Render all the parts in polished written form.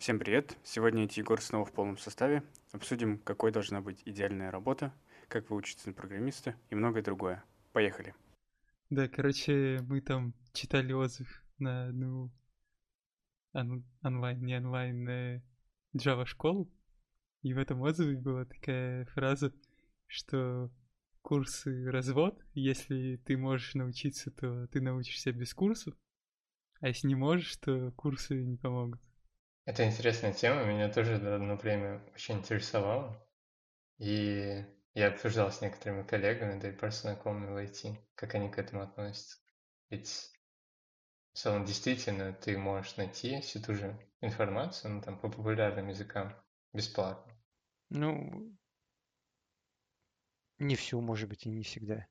Всем привет! Сегодня я, Егор, снова в полном составе. Обсудим, какой должна быть идеальная работа, как выучиться на программиста и многое другое. Поехали! Да, короче, мы там читали отзыв на одну онлайн, не онлайн, Java школу, и в этом отзыве была такая фраза, что курсы развод, если ты можешь научиться, то ты научишься без курсов, а если не можешь, то курсы не помогут. Это интересная тема, меня тоже одно время очень интересовало. И я обсуждал с некоторыми коллегами, да и просто знакомыми в IT, как они к этому относятся. Ведь в целом действительно ты можешь найти всю ту же информацию, ну там по популярным языкам, бесплатно. Ну, не всю, может быть, и не всегда.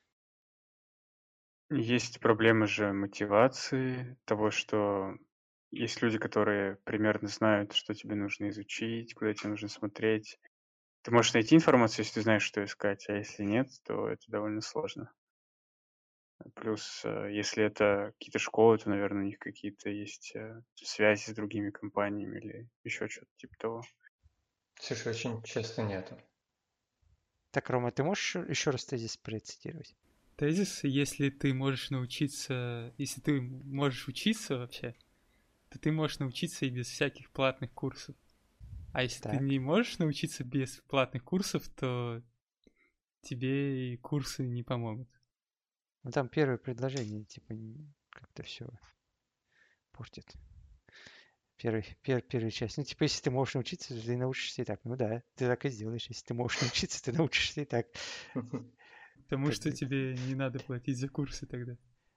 Есть проблемы же мотивации, того, что есть люди, которые примерно знают, что тебе нужно изучить, куда тебе нужно смотреть. Ты можешь найти информацию, если ты знаешь, что искать, а если нет, то это довольно сложно. Плюс, если это какие-то школы, то, наверное, у них какие-то есть связи с другими компаниями или еще что-то типа того. Слушай, очень часто нету. Так, Рома, ты можешь еще раз тезис процитировать? Тезис, если ты можешь научиться, если ты можешь учиться вообще, то ты можешь научиться и без всяких платных курсов. А если ты Так. не можешь научиться без платных курсов, то тебе и курсы не помогут. Ну там первое предложение, типа, как-то все портит. Первая часть. Ну, типа, если ты можешь научиться, то ты научишься и так. Ну да, ты так и сделаешь. Если ты можешь научиться, ты научишься и так. Потому Как что бы. тебе не надо платить за курсы тогда.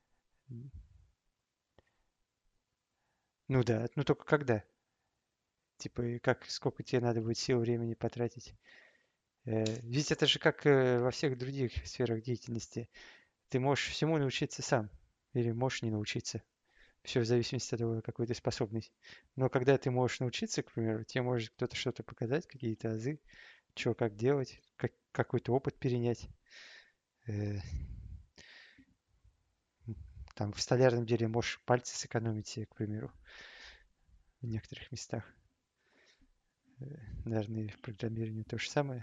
Ну да, ну только когда? Типа, и сколько тебе надо будет сил, времени потратить? Ведь это же как во всех других сферах деятельности. Ты можешь всему научиться сам. Или можешь не научиться. Все в зависимости от того, какой ты способный. Но когда ты можешь научиться, к примеру, тебе может кто-то что-то показать, какие-то азы, что как делать, какой-то опыт перенять. Э, Там в столярном деле можешь пальцы сэкономить себе, к примеру, в некоторых местах. Наверное, и в программировании то же самое.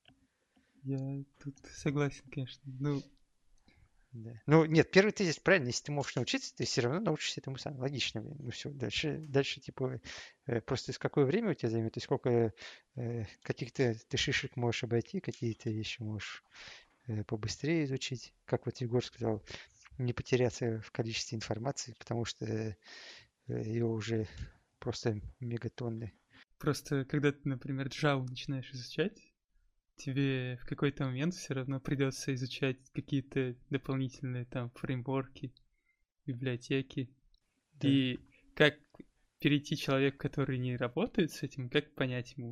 Я тут согласен, конечно. Ну, Да. Ну, нет, первый тезис правильно. Если ты можешь научиться, ты все равно научишься этому сам. Логично, блин. Ну все, дальше типа, просто с какое время у тебя займет, и сколько каких-то ты шишек можешь обойти, какие-то вещи можешь побыстрее изучить. Как вот Егор сказал, не потеряться в количестве информации, потому что ее уже просто мегатонны. просто когда ты, например, Java начинаешь изучать, тебе в какой-то момент все равно придется изучать какие-то дополнительные там фреймворки, библиотеки. Да. И как перейти человек, который не работает с этим, как понять ему,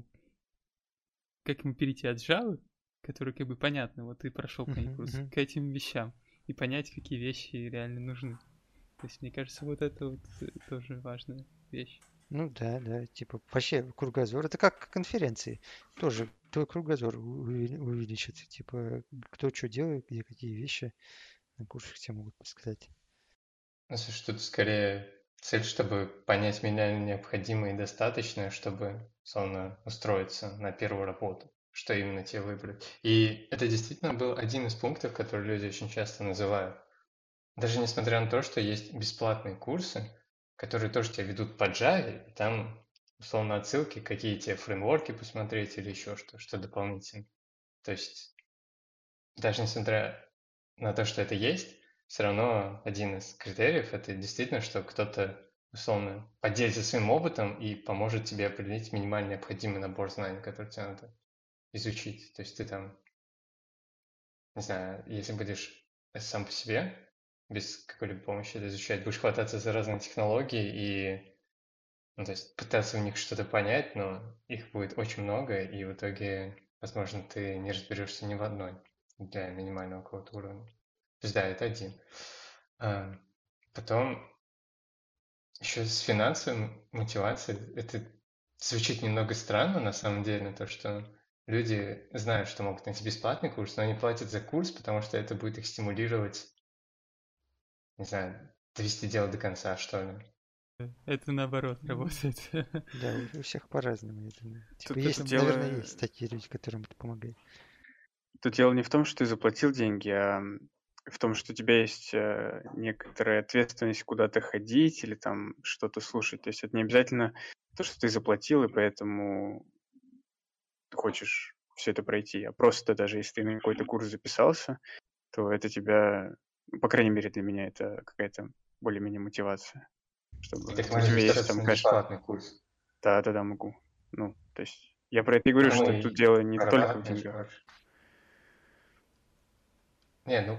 как ему перейти от Java, который как бы понятно, вот ты прошел по ней Мгм, курс, мгм. к этим вещам и понять, какие вещи реально нужны. То есть, мне кажется, вот это вот тоже важная вещь. Ну да, да, типа вообще кругозор. Это как конференции. Тоже твой кругозор увеличится. Типа кто что делает, где какие вещи на курсах тебе могут подсказать. Ну, слушай, тут скорее цель, чтобы понять минимально необходимое и достаточное, чтобы, условно, устроиться на первую работу, что именно тебе выбрать. И это действительно был один из пунктов, который люди очень часто называют. Даже несмотря на то, что есть бесплатные курсы, которые тоже тебя ведут по Java, и там, условно, отсылки, какие тебе фреймворки посмотреть или еще что дополнительно. То есть даже несмотря на то, что это есть, все равно один из критериев это действительно, что кто-то условно поделится своим опытом и поможет тебе определить минимально необходимый набор знаний, который тебе надо изучить. То есть ты там, не знаю, если будешь сам по себе, без какой-либо помощи это изучать, будешь хвататься за разные технологии и ну, то есть пытаться в них что-то понять, но их будет очень много, и в итоге, возможно, ты не разберешься ни в одной для минимального какого-то уровня. То есть да, это один. А, Потом еще с финансовой мотивацией это звучит немного странно на самом деле, то, что люди знают, что могут найти бесплатный курс, но они платят за курс, потому что это будет их стимулировать, не знаю, довести дело до конца, что ли. Это наоборот работает. Да, у всех по-разному, я думаю. Типа Тут есть, дело, наверное, есть такие люди, которым это помогает. тут дело не в том, что ты заплатил деньги, а в том, что у тебя есть некоторая ответственность куда-то ходить или там что-то слушать. То есть это не обязательно то, что ты заплатил, и поэтому ты хочешь все это пройти, а просто даже если ты на какой-то курс записался, то это тебя, ну, по крайней мере для меня, это какая-то более-менее мотивация, чтобы Ты у можешь тебя есть записаться там на каждый... бесплатный курс. Да, могу. Ну, то есть я про это и говорю, Ну что тут и дело не только в зарабатываешь деньгах. больше. Не, ну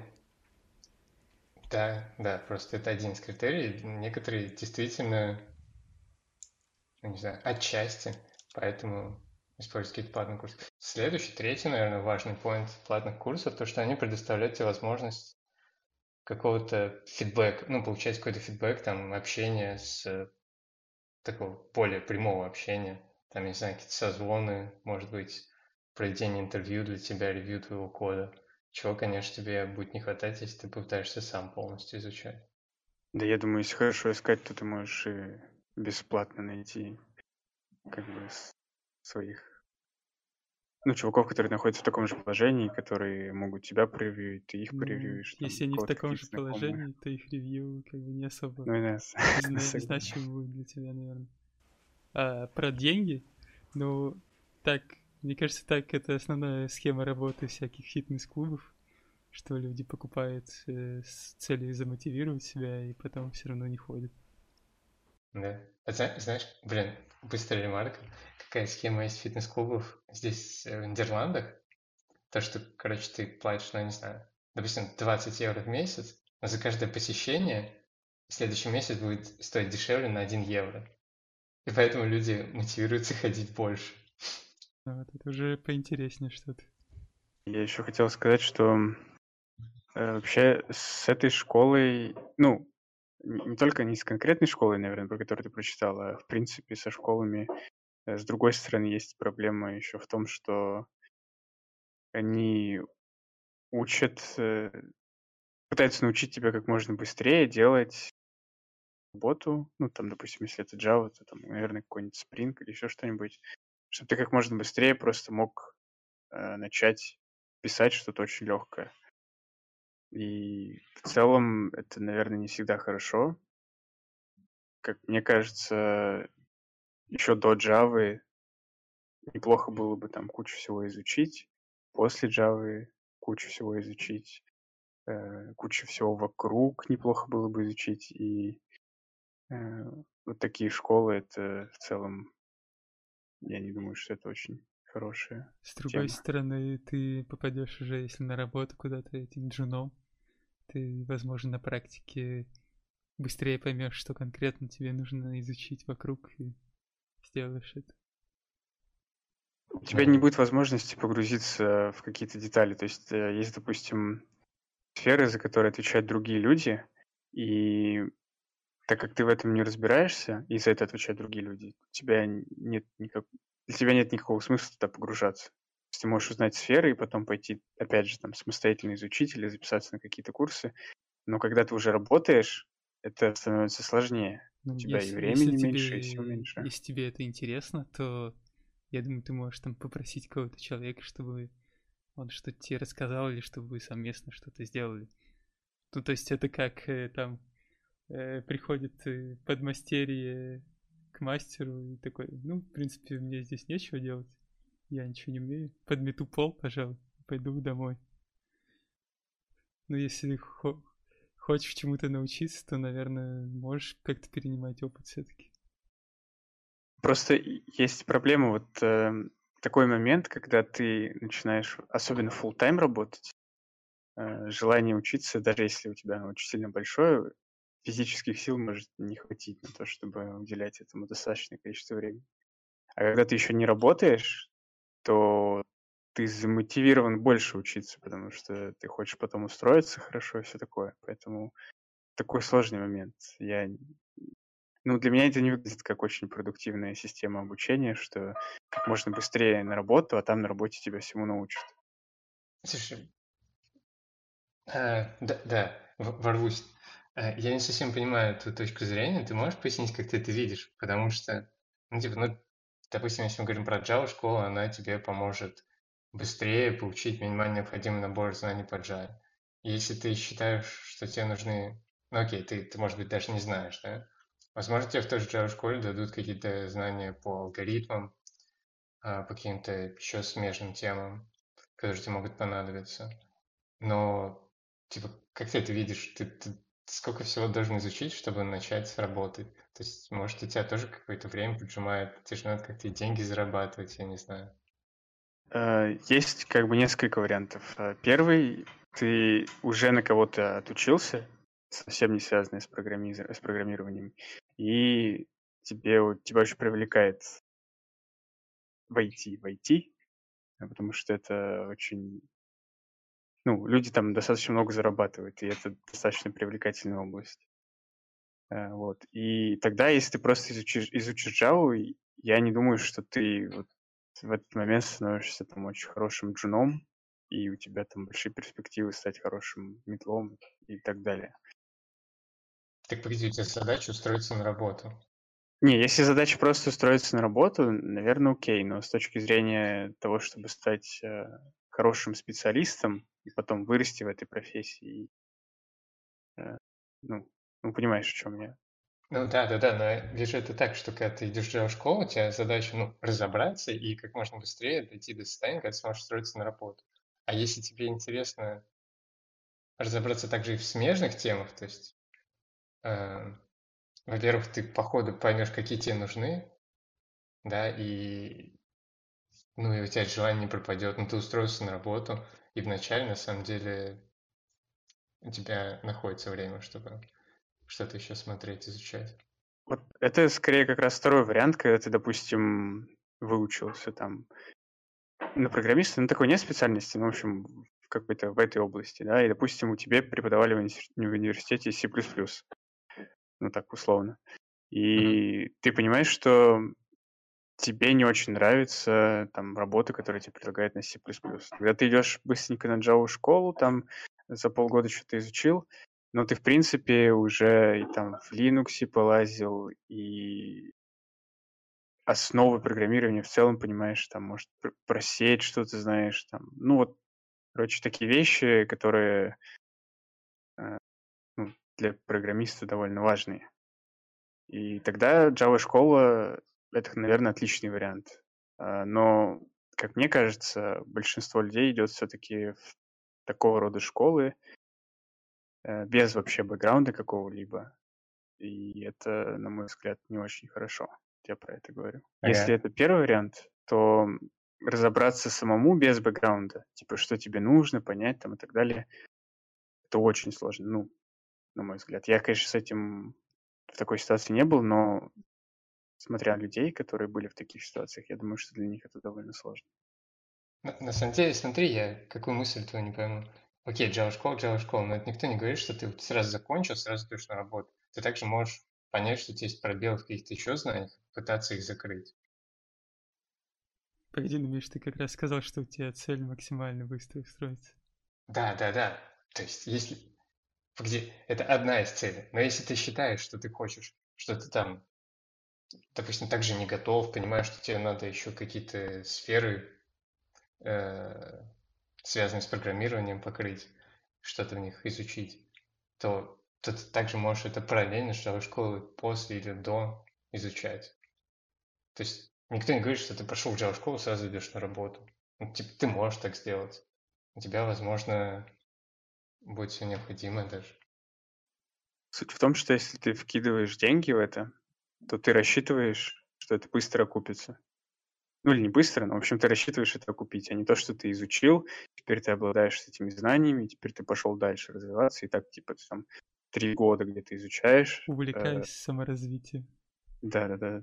да, просто это один из критерий. Некоторые действительно, ну, не знаю, отчасти, поэтому используют какие-то платные курсы. Следующий, третий, наверное, важный поинт платных курсов, то, что они предоставляют тебе возможность какого-то фидбэка, ну, получать какой-то фидбэк, там, общение с такого более прямого общения, там, не знаю, какие-то созвоны, может быть, проведение интервью для тебя, ревью твоего кода, чего, конечно, тебе будет не хватать, если ты попытаешься сам полностью изучать. Да, я думаю, если хорошо искать, то ты можешь и бесплатно найти как бы своих, ну, чуваков, которые находятся в таком же положении, которые могут тебя преревьюить, ты их Ну, преревьюешь, там, если у они в кого-то таком же каких-то знакомых. положении, то их ревью как бы не особо Ну, и да, согласен. значимо будет для тебя, наверное. А про деньги, ну, так, мне кажется, так это основная схема работы всяких фитнес-клубов, что люди покупают с целью замотивировать себя и потом все равно не ходят. Да. А знаешь, блин, быстрая ремарка, какая схема есть фитнес-клубов здесь, в Нидерландах? То, что, короче, ты платишь, ну, не знаю, допустим, 20 евро в месяц, но за каждое посещение в следующий месяц будет стоить дешевле на 1 евро. И поэтому люди мотивируются ходить больше. Ну, вот это уже поинтереснее что-то. Я еще хотел сказать, что вообще с этой школой, ну, не только не с конкретной школой, наверное, про которую ты прочитал, а в принципе со школами, с другой стороны, есть проблема еще в том, что они учат, пытаются научить тебя как можно быстрее делать работу, ну, там, допустим, если это Java, то там, наверное, какой-нибудь Spring или еще что-нибудь, чтобы ты как можно быстрее просто мог начать писать что-то очень легкое. И в целом это, наверное, не всегда хорошо. Как мне кажется, еще до Java неплохо было бы там кучу всего изучить, после Java кучу всего изучить, кучу всего вокруг неплохо было бы изучить, и вот такие школы, это в целом, я не думаю, что это очень хорошая С другой тема. стороны, ты попадешь уже, если на работу куда-то этим джуном, ты, возможно, на практике быстрее поймешь, что конкретно тебе нужно изучить вокруг, и сделаешь это. У тебя не будет возможности погрузиться в какие-то детали. То есть есть, допустим, сферы, за которые отвечают другие люди, и так как ты в этом не разбираешься, и за это отвечают другие люди, у тебя нет для тебя нет никакого смысла туда погружаться. То есть ты можешь узнать сферы и потом пойти, опять же, там, самостоятельно изучить или записаться на какие-то курсы, но когда ты уже работаешь, это становится сложнее. У Ну, тебя и если времени меньше, и сил меньше. если тебе это интересно, то я думаю, ты можешь там попросить кого-то человека, чтобы он что-то тебе рассказал или чтобы вы совместно что-то сделали. Ну, то есть это как там приходит подмастерье к мастеру и такой, ну, в принципе, мне здесь нечего делать, я ничего не умею, подмету пол, пожалуй, пойду домой. Ну, если хочешь чему-то научиться, то, наверное, можешь как-то перенимать опыт все-таки. Просто есть проблема, вот такой момент, когда ты начинаешь, особенно full-time работать, желание учиться, даже если у тебя оно очень сильно большое, физических сил может не хватить на то, чтобы уделять этому достаточное количество времени. А когда ты еще не работаешь, то ты замотивирован больше учиться, потому что ты хочешь потом устроиться хорошо и все такое. Поэтому такой сложный момент. Ну, для меня это не выглядит как очень продуктивная система обучения, что как можно быстрее на работу, а там на работе тебя всему научат. Слушай, да, ворвусь. Я не совсем понимаю твою точку зрения. Ты можешь пояснить, как ты это видишь? Потому что, допустим, если мы говорим про Java школу, она тебе поможет быстрее получить минимально необходимый набор знаний по Java. Если ты считаешь, что тебе нужны... Ну окей, ты, может быть, даже не знаешь, да? Возможно, тебе в той же Java школе дадут какие-то знания по алгоритмам, по каким-то еще смежным темам, которые тебе могут понадобиться. Но, типа, как ты это видишь? Ты сколько всего должен изучить, чтобы начать работать? То есть, может, у тебя тоже какое-то время поджимает, тебе же надо как-то и деньги зарабатывать, я не знаю. Есть как бы несколько вариантов. Первый, ты уже на кого-то отучился, совсем не связанный с программированием, и тебя очень привлекает войти в IT, потому что это очень... Ну, люди там достаточно много зарабатывают, и это достаточно привлекательная область. Вот. И тогда, если ты просто изучишь Java, я не думаю, что ты вот в этот момент становишься там очень хорошим джуном, и у тебя там большие перспективы стать хорошим мидлом и так далее. Так погоди, у тебя задача устроиться на работу. Не, если задача просто устроиться на работу, наверное, окей, но с точки зрения того, чтобы стать хорошим специалистом и потом вырасти в этой профессии, ну, понимаешь, о чем я. Ну да, но я вижу это так, что когда ты идешь в Java-школу, у тебя задача, разобраться и как можно быстрее дойти до состояния, когда ты сможешь устроиться на работу. А если тебе интересно разобраться также и в смежных темах, то есть, во-первых, ты по ходу поймешь, какие тебе нужны, да, и у тебя желание не пропадет, ты устроишься на работу, и вначале, на самом деле, у тебя находится время, чтобы что-то еще смотреть, изучать. Вот это скорее как раз второй вариант, когда ты, допустим, выучился там на программиста, такой нет специальности, в общем, какой-то в этой области, да, и, допустим, у тебя преподавали в университете C++, так условно. И ты понимаешь, что тебе не очень нравится там работа, которая тебе предлагают на C++. Когда ты идешь быстренько на Java школу, там за полгода что-то изучил, но ты, в принципе, уже и там в Linux полазил, и основы программирования в целом понимаешь, там, может, про сеть что-то знаешь, там, короче, такие вещи, которые для программиста довольно важные. И тогда Java школа — это, наверное, отличный вариант. Но, как мне кажется, большинство людей идет все-таки в такого рода школы без вообще бэкграунда какого-либо. И это, на мой взгляд, не очень хорошо. Я про это говорю. Если это первый вариант, то разобраться самому без бэкграунда, типа, что тебе нужно, понять там и так далее, это очень сложно, на мой взгляд. Я, конечно, с этим в такой ситуации не был, но смотря людей, которые были в таких ситуациях, я думаю, что для них это довольно сложно. На самом деле, смотри, я какую мысль твою не пойму. Окей, Java школа, но это никто не говорит, что ты сразу закончил, сразу идешь на работу. Ты также можешь понять, что у тебя есть пробелы в каких-то еще знаниях, пытаться их закрыть. Погоди, Миш, ты как раз сказал, что у тебя цель максимально быстро устроиться. Да. То есть, если... Погоди, это одна из целей. Но если ты считаешь, что ты хочешь, что ты там, допустим, также не готов, понимаешь, что тебе надо еще какие-то сферы, связанные с программированием, покрыть, что-то в них изучить, то ты также можешь это параллельно с Java школы после или до изучать. То есть никто не говорит, что ты пошел в Java школу, сразу идешь на работу. Типа, ты можешь так сделать. У тебя, возможно, будет все необходимое даже. Суть в том, что если ты вкидываешь деньги в это, то ты рассчитываешь, что это быстро окупится. Или не быстро, но, в общем, ты рассчитываешь это окупить, а не то, что ты изучил, теперь ты обладаешь этими знаниями, теперь ты пошел дальше развиваться, и так, типа, ты там 3 года где-то изучаешь. Увлекаясь саморазвитием. Да.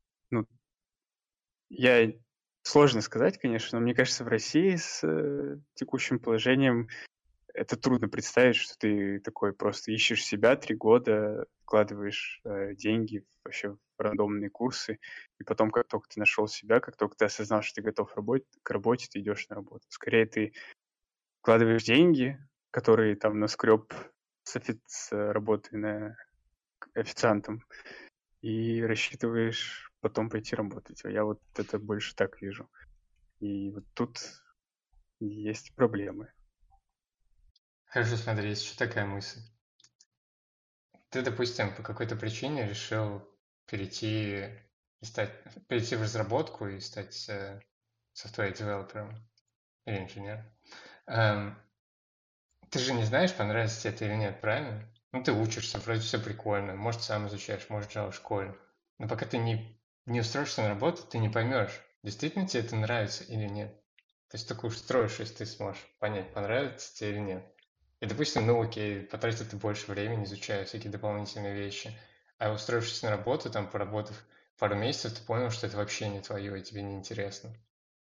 Сложно сказать, конечно, но мне кажется, в России с текущим положением это трудно представить, что ты такой просто ищешь себя 3 года, вкладываешь деньги вообще в рандомные курсы, и потом, как только ты нашел себя, как только ты осознал, что ты готов к работе, ты идешь на работу. Скорее ты вкладываешь деньги, которые там наскреб с работы на официантом и рассчитываешь потом пойти работать. А я вот это больше так вижу. И вот тут есть проблемы. Хорошо, смотри, есть еще такая мысль. Ты, допустим, по какой-то причине решил перейти перейти в разработку и стать software-девелопером или инженером. Эм, Ты же не знаешь, понравится тебе это или нет, правильно? Ну, ты учишься, вроде все прикольно, может, сам изучаешь, может, Java в школе. Но пока ты не устроишься на работу, ты не поймешь, действительно тебе это нравится или нет. То есть только устроившись, ты сможешь понять, понравится тебе или нет. И, допустим, ну окей, потратил ты больше времени, изучая всякие дополнительные вещи, а устроившись на работу, там, поработав пару месяцев, ты понял, что это вообще не твое и тебе не интересно.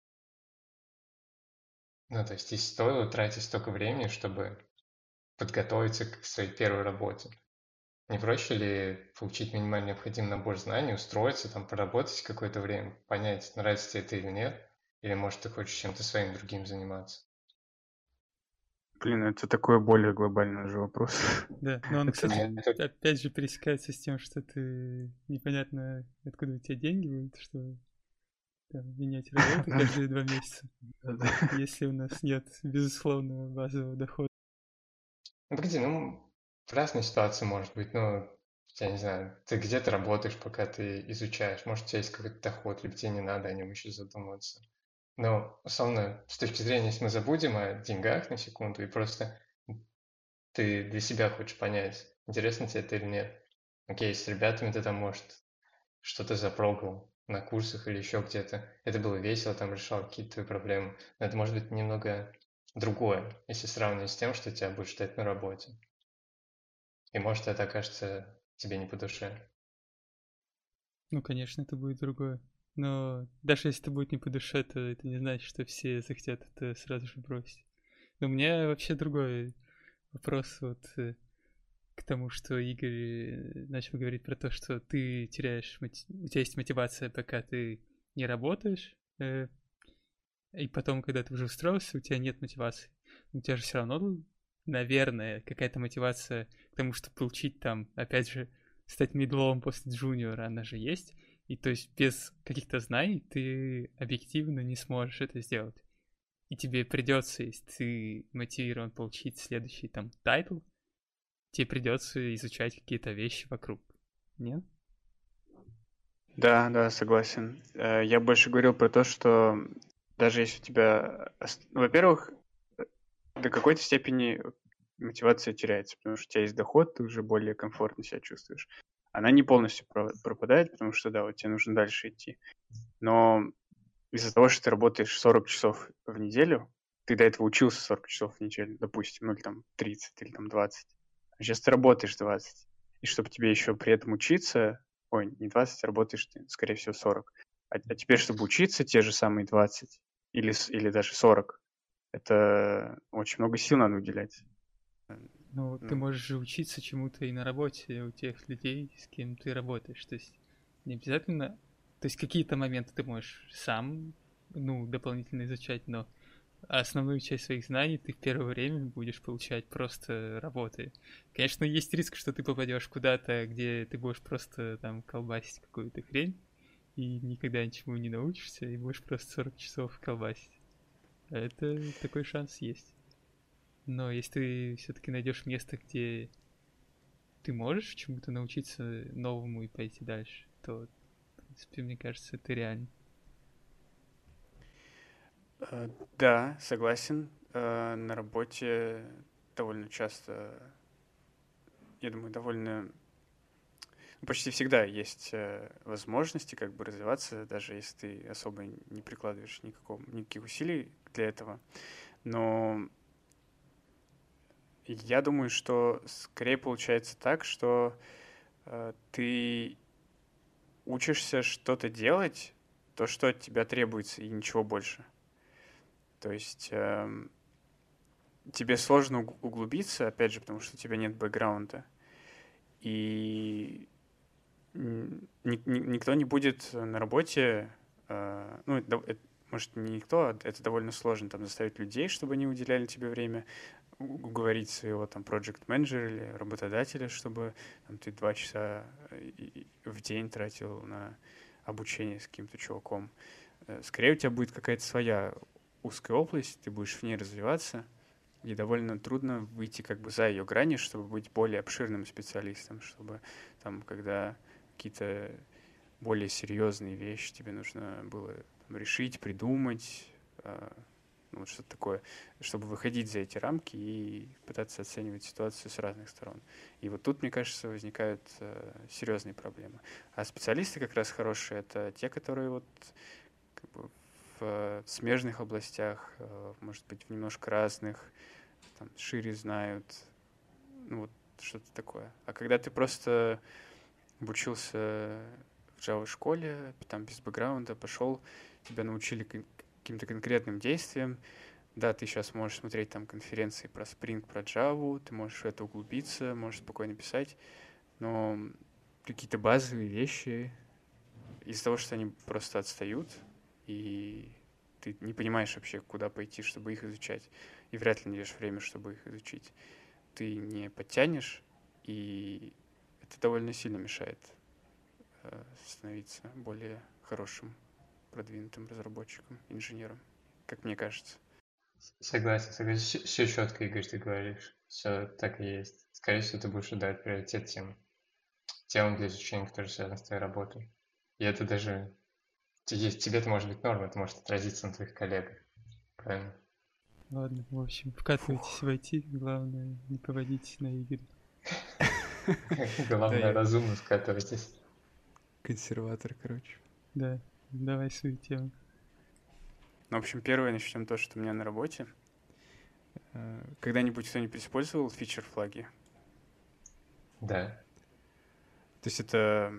Ну, то есть и стоило тратить столько времени, чтобы подготовиться к своей первой работе. Не проще ли получить минимально необходимый набор знаний, устроиться, там, поработать какое-то время, понять, нравится тебе это или нет, или, может, ты хочешь чем-то своим другим заниматься? Блин, это такой более глобальный же вопрос. Да, но он, Это кстати, опять же пересекается с тем, что ты непонятно, откуда у тебя деньги будут, что там, менять работу каждые 2 месяца, если у нас нет безусловного базового дохода. Ну, погоди, ну, разные ситуации может быть, ну, я не знаю, ты где-то работаешь, пока ты изучаешь, может, у тебя есть какой-то доход, либо тебе не надо о нем еще задумываться. Но, условно, с точки зрения, если мы забудем о деньгах на секунду, и просто ты для себя хочешь понять, интересно тебе это или нет. Окей, с ребятами ты там, может, что-то запробовал на курсах или еще где-то. Это было весело, там решал какие-то твои проблемы. Но это может быть немного другое, если сравнивать с тем, что тебя будет ждать на работе. И может это окажется тебе не по душе. Ну, конечно, это будет другое. Но даже если это будет не по душе, то это не значит, что все захотят это сразу же бросить. Но у меня вообще другой вопрос вот к тому, что Игорь начал говорить про то, что ты теряешь, у тебя есть мотивация, пока ты не работаешь, и потом, когда ты уже устроился, у тебя нет мотивации. У тебя же все равно, наверное, какая-то мотивация к тому, чтобы получить там, опять же, стать мидлом после джуниора, она же есть. И то есть без каких-то знаний ты объективно не сможешь это сделать. И тебе придется, если ты мотивирован получить следующий там тайтл, тебе придется изучать какие-то вещи вокруг. Нет? Да, согласен. Я больше говорил про то, что даже если у тебя... Во-первых, до какой-то степени мотивация теряется, потому что у тебя есть доход, ты уже более комфортно себя чувствуешь. Она не полностью пропадает, потому что, да, вот тебе нужно дальше идти. Но из-за того, что ты работаешь 40 часов в неделю, ты до этого учился 40 часов в неделю, допустим, ну или там 30, или там 20. А сейчас ты работаешь 20. И чтобы тебе еще при этом учиться, ой, не 20, а работаешь ты, скорее всего, 40. А теперь, чтобы учиться те же самые 20 или даже 40, это очень много сил надо уделять. Ну, ты можешь же учиться чему-то и на работе у тех людей, с кем ты работаешь. То есть не обязательно... То есть какие-то моменты ты можешь сам, ну, дополнительно изучать, но основную часть своих знаний ты в первое время будешь получать просто работая. Конечно, есть риск, что ты попадешь куда-то, где ты будешь просто там колбасить какую-то хрень, и никогда ничему не научишься, и будешь просто 40 часов колбасить. Это такой шанс есть. Но если ты все-таки найдешь место, где ты можешь чему-то научиться новому и пойти дальше, то, в принципе, мне кажется, это реально. Да, согласен. На работе довольно часто, я думаю, почти всегда есть возможности как бы развиваться, даже если ты особо не прикладываешь никаких усилий для этого. Но я думаю, что скорее получается так, что ты учишься что-то делать, то, что от тебя требуется, и ничего больше. То есть тебе сложно углубиться, опять же, потому что у тебя нет бэкграунда. И никто не будет на работе, может, не никто, это довольно сложно, там, заставить людей, чтобы они уделяли тебе время, уговорить своего там проект-менеджера или работодателя, чтобы там, ты 2 часа в день тратил на обучение с каким-то чуваком. Скорее у тебя будет какая-то своя узкая область, ты будешь в ней развиваться, и довольно трудно выйти как бы за ее грани, чтобы быть более обширным специалистом, чтобы там, когда какие-то более серьезные вещи тебе нужно было там решить, придумать, ну, вот что-то такое, чтобы выходить за эти рамки и пытаться оценивать ситуацию с разных сторон. И вот тут, мне кажется, возникают серьезные проблемы. А специалисты как раз хорошие — это те, которые вот как бы в смежных областях, может быть, в немножко разных, там, шире знают, ну, вот что-то такое. А когда ты просто обучился в Java-школе, там, без бэкграунда, пошел, тебя научили каким-то конкретным действиям, да, ты сейчас можешь смотреть там конференции про Spring, про Java, ты можешь в это углубиться, можешь спокойно писать, но какие-то базовые вещи, из-за того, что они просто отстают, и ты не понимаешь вообще, куда пойти, чтобы их изучать, и вряд ли найдешь время, чтобы их изучить, ты не подтянешь, и это довольно сильно мешает становиться более хорошим, продвинутым разработчиком, инженером, как мне кажется. Согласен, согласен. Все четко, Игорь, ты говоришь. Все так и есть. Скорее всего, ты будешь отдавать приоритет тем темам для изучения, которые связаны с твоей работой. И это даже тебе это может быть норма, это может отразиться на твоих коллегах. Правильно? Ладно, в общем, вкатывайтесь в IT, главное, не поводитесь на Игоря. Главное, разумно скатывайтесь. Консерватор, короче. Да, давай свою тему. Ну, в общем, первое, начнем то, что у меня на работе. Когда-нибудь кто-нибудь использовал фичер-флаги? Да. То есть это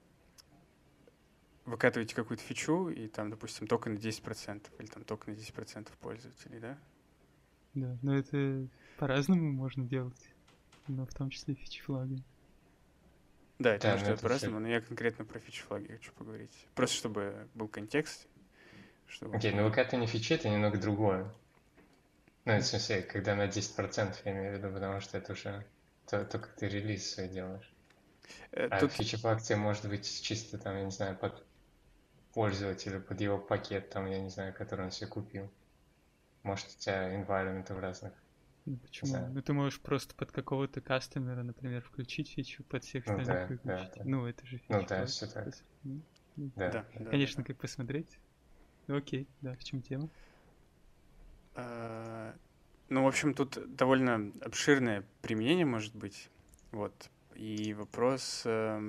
выкатываете какую-то фичу, и там, допустим, только на 10%, или там только на 10% пользователей, да? Да, но это по-разному можно делать, но в том числе фичи-флаги. Да, это Да, можно но делать это по-разному, но я конкретно про фичи-флаги хочу поговорить. Просто чтобы был контекст, чтобы... Окей, но выкатывание фичи — это немного другое. Ну, в смысле, когда на 10% я имею в виду, потому что это уже то, как ты релиз свой делаешь. А Тут фичи-флаг тебе может быть чисто там, я не знаю, под пользователя, под его пакет, там, я не знаю, который он себе купил. Может, у тебя environment в разных. Ну почему? Да. Ну ты можешь просто под какого-то кастомера, например, включить фичу, под всех Ну остальных да, выключить. да. Ну это же Ну фича. да, все так. Да. да, да, Конечно, да. как посмотреть. Ну окей, да, в чем тема? Ну, в общем, тут довольно обширное применение может быть. Вот. И вопрос,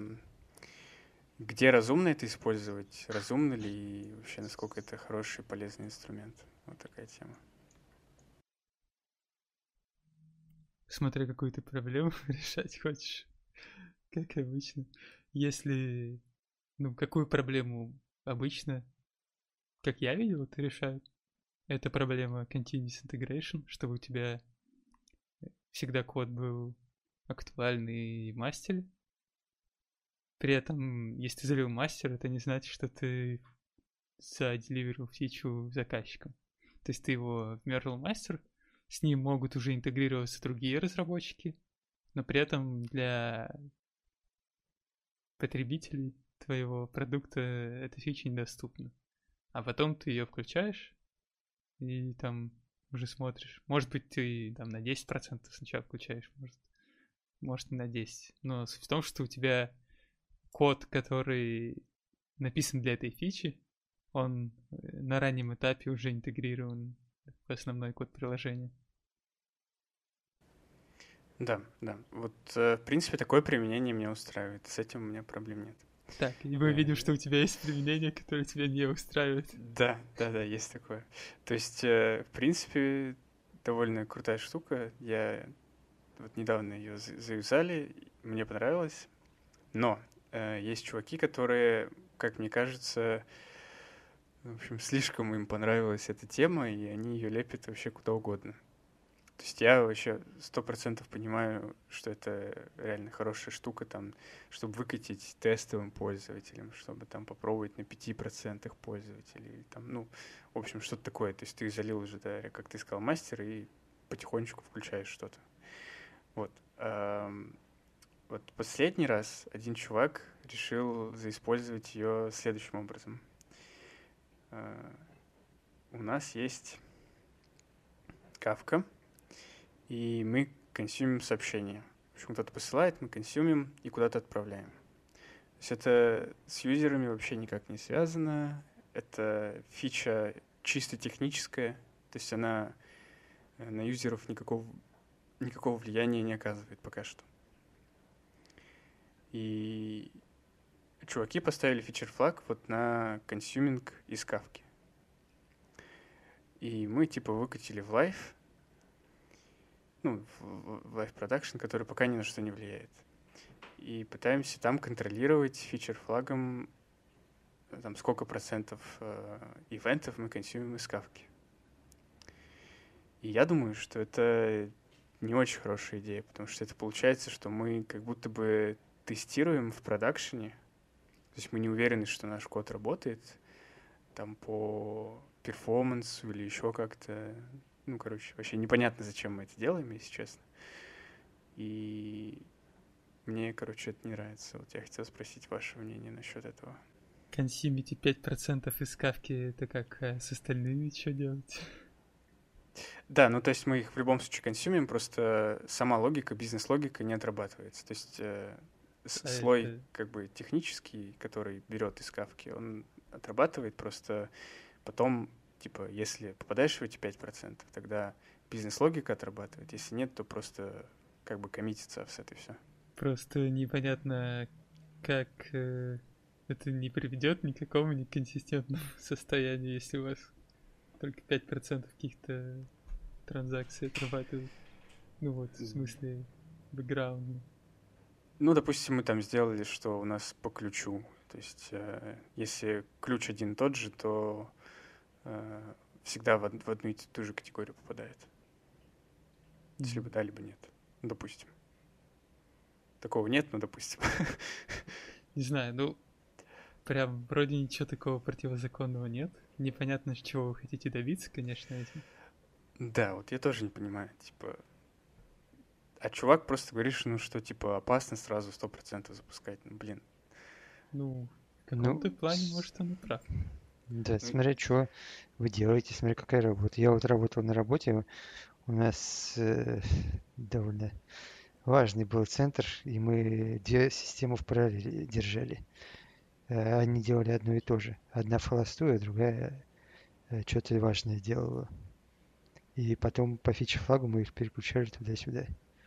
где разумно это использовать, разумно ли и вообще насколько это хороший полезный инструмент. Вот такая тема. Смотря какую ты проблему решать хочешь, как обычно. Если, ну, какую проблему обычно, как я видел, ты решаешь. Это проблема continuous integration, чтобы у тебя всегда код был актуальный и мастер. При этом, если ты залил мастер, это не значит, что ты заделиверил фичу заказчикам. То есть ты его вмерлил мастер, с ним могут уже интегрироваться другие разработчики, но при этом для потребителей твоего продукта эта фича недоступна. А потом ты ее включаешь и там уже смотришь. Может быть, ты там на 10% сначала включаешь, может не на 10%. Но суть в том, что у тебя код, который написан для этой фичи, он на раннем этапе уже интегрирован в основной код приложения. Да, да. Вот, в принципе, такое применение меня устраивает. С этим у меня проблем нет. Так, и мы видим, что у тебя есть применение, которое тебя не устраивает. Да, есть такое. То есть, в принципе, довольно крутая штука. Я вот недавно ее заюзали, мне понравилось. Но есть чуваки, которые, как мне кажется, в общем, слишком им понравилась эта тема, и они ее лепят вообще куда угодно. То есть я вообще 100% понимаю, что это реально хорошая штука, там, чтобы выкатить тестовым пользователям, чтобы там попробовать на 5% пользователей. Там, ну, в общем, что-то такое. То есть ты залил уже, да, как ты сказал, мастер, и потихонечку включаешь что-то. Вот. Вот последний раз один чувак решил заиспользовать ее следующим образом. У нас есть Kafka, и мы консюмим сообщения. В общем, кто-то посылает, мы консюмим и куда-то отправляем. То есть это с юзерами вообще никак не связано. Это фича чисто техническая. То есть она на юзеров никакого влияния не оказывает пока что. И чуваки поставили фичер-флаг вот на консюминг из Kafka. И мы типа выкатили в лайв, в лайв продакшн, который пока ни на что не влияет. И пытаемся там контролировать фичер-флагом, там, сколько процентов ивентов мы консюмим из Kafka. И я думаю, что это не очень хорошая идея, потому что это получается, что мы как будто бы тестируем в продакшене, то есть мы не уверены, что наш код работает там по перформансу или еще как-то. Вообще непонятно, зачем мы это делаем, если честно. И мне, это не нравится. Вот я хотел спросить ваше мнение насчет этого. Консюмите 5% из Kafka, это как с остальными что делать? Да, то есть мы их в любом случае консюмим, просто сама логика, бизнес-логика не отрабатывается. То есть слой как бы технический, который берет из Kafka, он отрабатывает, просто потом, типа, если попадаешь в эти 5%, тогда бизнес-логика отрабатывает, если нет, то просто как бы коммитится в это все. Просто непонятно, как это не приведет ни к какому неконсистентному состоянию, если у вас только 5% каких-то транзакций отрабатывают. В смысле, бэкграунда. Допустим, мы там сделали, что у нас по ключу. То есть, если ключ один и тот же, то всегда в одну и ту же категорию попадает. То есть, либо да, либо нет. Допустим. Такого нет, но допустим. Не знаю, прям вроде ничего такого противозаконного нет. Непонятно, чего вы хотите добиться, конечно, этим. Да, вот я тоже не понимаю, типа... А чувак просто говорит, что типа, опасно сразу 100% запускать. Блин. В каком-то плане, может, он и прав. Да, смотря, что вы делаете, смотря, какая работа. Я вот работал на работе, у нас довольно важный был центр, и мы 2 системы в параллели держали. Они делали одно и то же. Одна холостую, а другая что-то важное делала. И потом по фиче-флагу мы их переключали туда-сюда.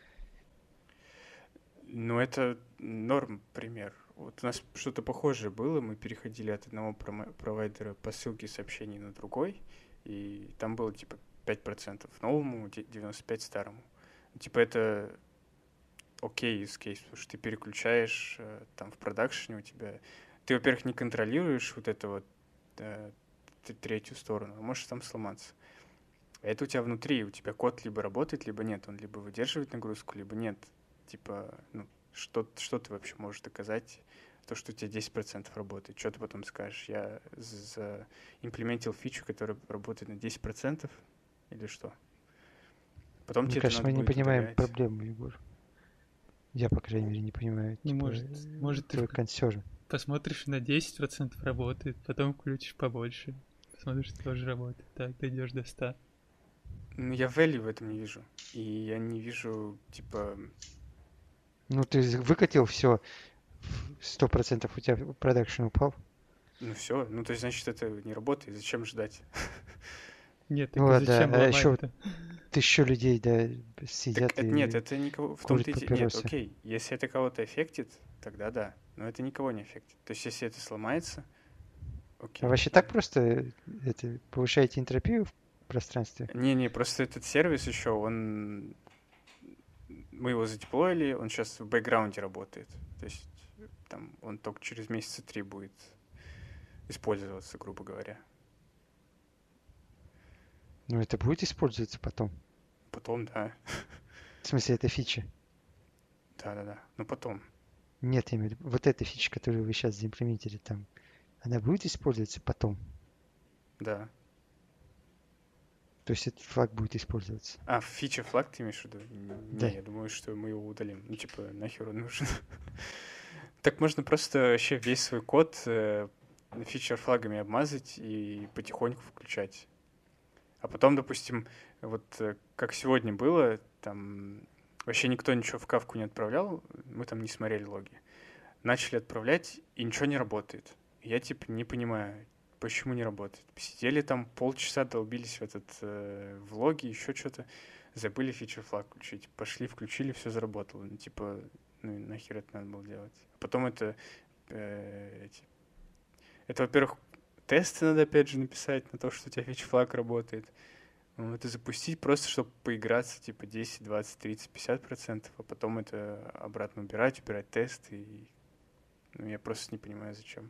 Это норм пример. Вот у нас что-то похожее было. Мы переходили от одного провайдера по ссылке сообщений на другой, и там было типа 5% новому, 95% старому. Типа это окей use case, потому что ты переключаешь там в продакшене у тебя. Ты, во-первых, не контролируешь вот это вот третью сторону, а можешь там сломаться. А это у тебя внутри, у тебя код либо работает, либо нет. Он либо выдерживает нагрузку, либо нет. Типа, что ты вообще можешь доказать, то, что у тебя 10% работает? Что ты потом скажешь? Я имплементил фичу, которая работает на 10%, или что? Потом Мне тебе кажется, это надо мы не будет понимаем удалять. проблему, Егор. Я, по крайней мере, не понимаю. Может твой ты консерн. посмотришь, на 10% работает, потом включишь побольше. Посмотришь, тоже работает. Так, дойдешь до 100. Я value в этом не вижу. И я не вижу, типа... Ты выкатил все, 100% у тебя продакшн упал. Все. То есть, значит, это не работает. Зачем ждать? Нет, так зачем ломать-то? 1000 людей, да, сидят Так, и нет, это никого... В курят том-то и... Нет, папиросы. окей. Если это кого-то эффектит, тогда да. Но это никого не эффектит. То есть, если это сломается, окей. А вообще так просто это повышаете энтропию в пространстве? Не, просто этот сервис еще, мы его задеплоили, он сейчас в бэкграунде работает. То есть там он только через месяца 3 будет использоваться, грубо говоря. Это будет использоваться потом? Потом, да. В смысле, это фича? Да. Потом. Нет, я имею в виду, вот эта фича, которую вы сейчас заимплементили там, она будет использоваться потом? Да. То То есть этот флаг будет использоваться. А, фича флаг ты имеешь в виду? Да. Не, я думаю, что мы его удалим. Ну, типа, нахер он нужен. Так можно просто вообще весь свой код фичер флагами обмазать и потихоньку включать. А потом, допустим, вот как сегодня было, там вообще никто ничего в кавку не отправлял, мы там не смотрели логи. Начали отправлять, и ничего не работает. Я типа не понимаю, почему не работает. Сидели там полчаса, долбились в этот в логи, еще что-то, забыли фичер флаг включить. Пошли, включили, все заработало. Ну, типа, ну и нахер это надо было делать. А потом это, во-первых, тесты надо опять же написать на то, что у тебя фичер флаг работает. Это запустить просто, чтобы поиграться, типа 10, 20, 30, 50%, а потом это обратно убирать тесты. И... Ну, я просто не понимаю, зачем.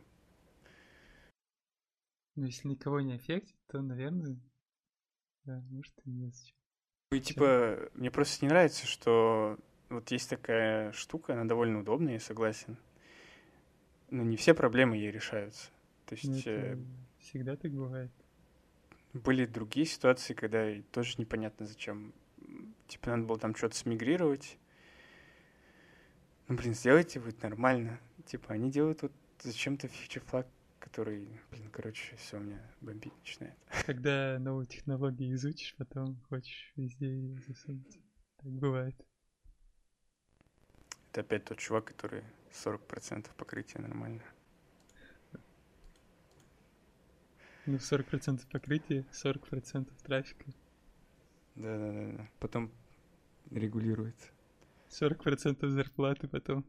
Ну, если никого не аффектит, то, наверное, да, может и не зачем. И типа, мне просто не нравится, что вот есть такая штука, она довольно удобная, я согласен. Но не все проблемы ей решаются. То Ну, есть это всегда так бывает. были другие ситуации, когда тоже непонятно зачем. Типа, надо было там что-то смигрировать. Ну, блин, сделайте вы нормально. Типа, они делают вот зачем-то фичер флаг, который, блин, короче, все у меня бомбить начинает. Когда новую технологию изучишь, потом хочешь везде ее засунуть. Так бывает. Это опять тот чувак, который 40% покрытия нормально. Ну, 40% покрытия, 40% трафика. Да. Потом регулируется. 40% зарплаты потом.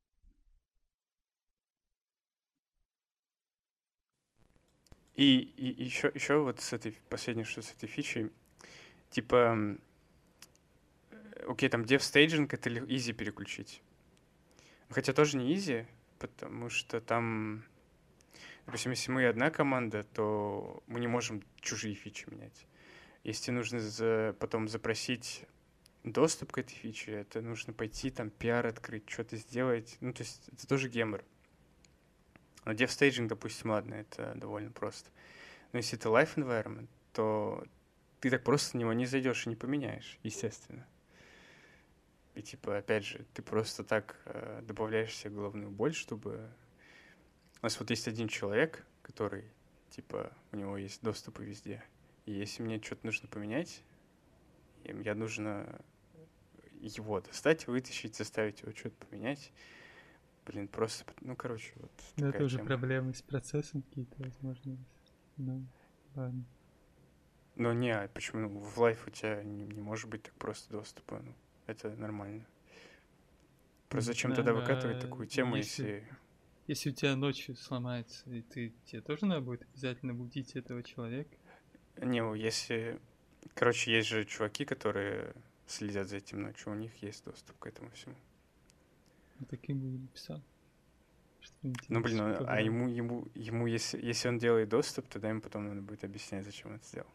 И еще вот с этой последней, что с этой фичей, типа, окей, там дев-стейджинг это easy переключить. Хотя тоже не easy, потому что там, допустим, если мы одна команда, то мы не можем чужие фичи менять. Если нужно потом запросить доступ к этой фиче, это нужно пойти там пиар открыть, что-то сделать. Ну, то есть это тоже гемор. Но дев-стейджинг, допустим, ладно, это довольно просто. Но если это live environment, то ты так просто на него не зайдешь и не поменяешь, естественно. И типа, опять же, ты просто так добавляешь себе головную боль, чтобы... У нас вот есть один человек, который, типа, у него есть доступы везде. И если мне что-то нужно поменять, я нужно его достать, вытащить, заставить его что-то поменять. Блин, просто, ну, короче, вот Ну, такая это уже тема. проблемы с процессом какие-то, возможно. Ну, ладно. Но не, почему? Ну, в лайф у тебя не может быть так просто доступа. Ну, это нормально. Просто зачем тогда выкатывать такую тему, если... Если у тебя ночью сломается, и тебе тоже надо будет обязательно будить этого человека? Не, если... Короче, есть же чуваки, которые следят за этим ночью, у них есть доступ к этому всему. Ну, так ему и написал. Ну, блин, а ему если он делает доступ, тогда ему потом надо будет объяснять, зачем он это сделал.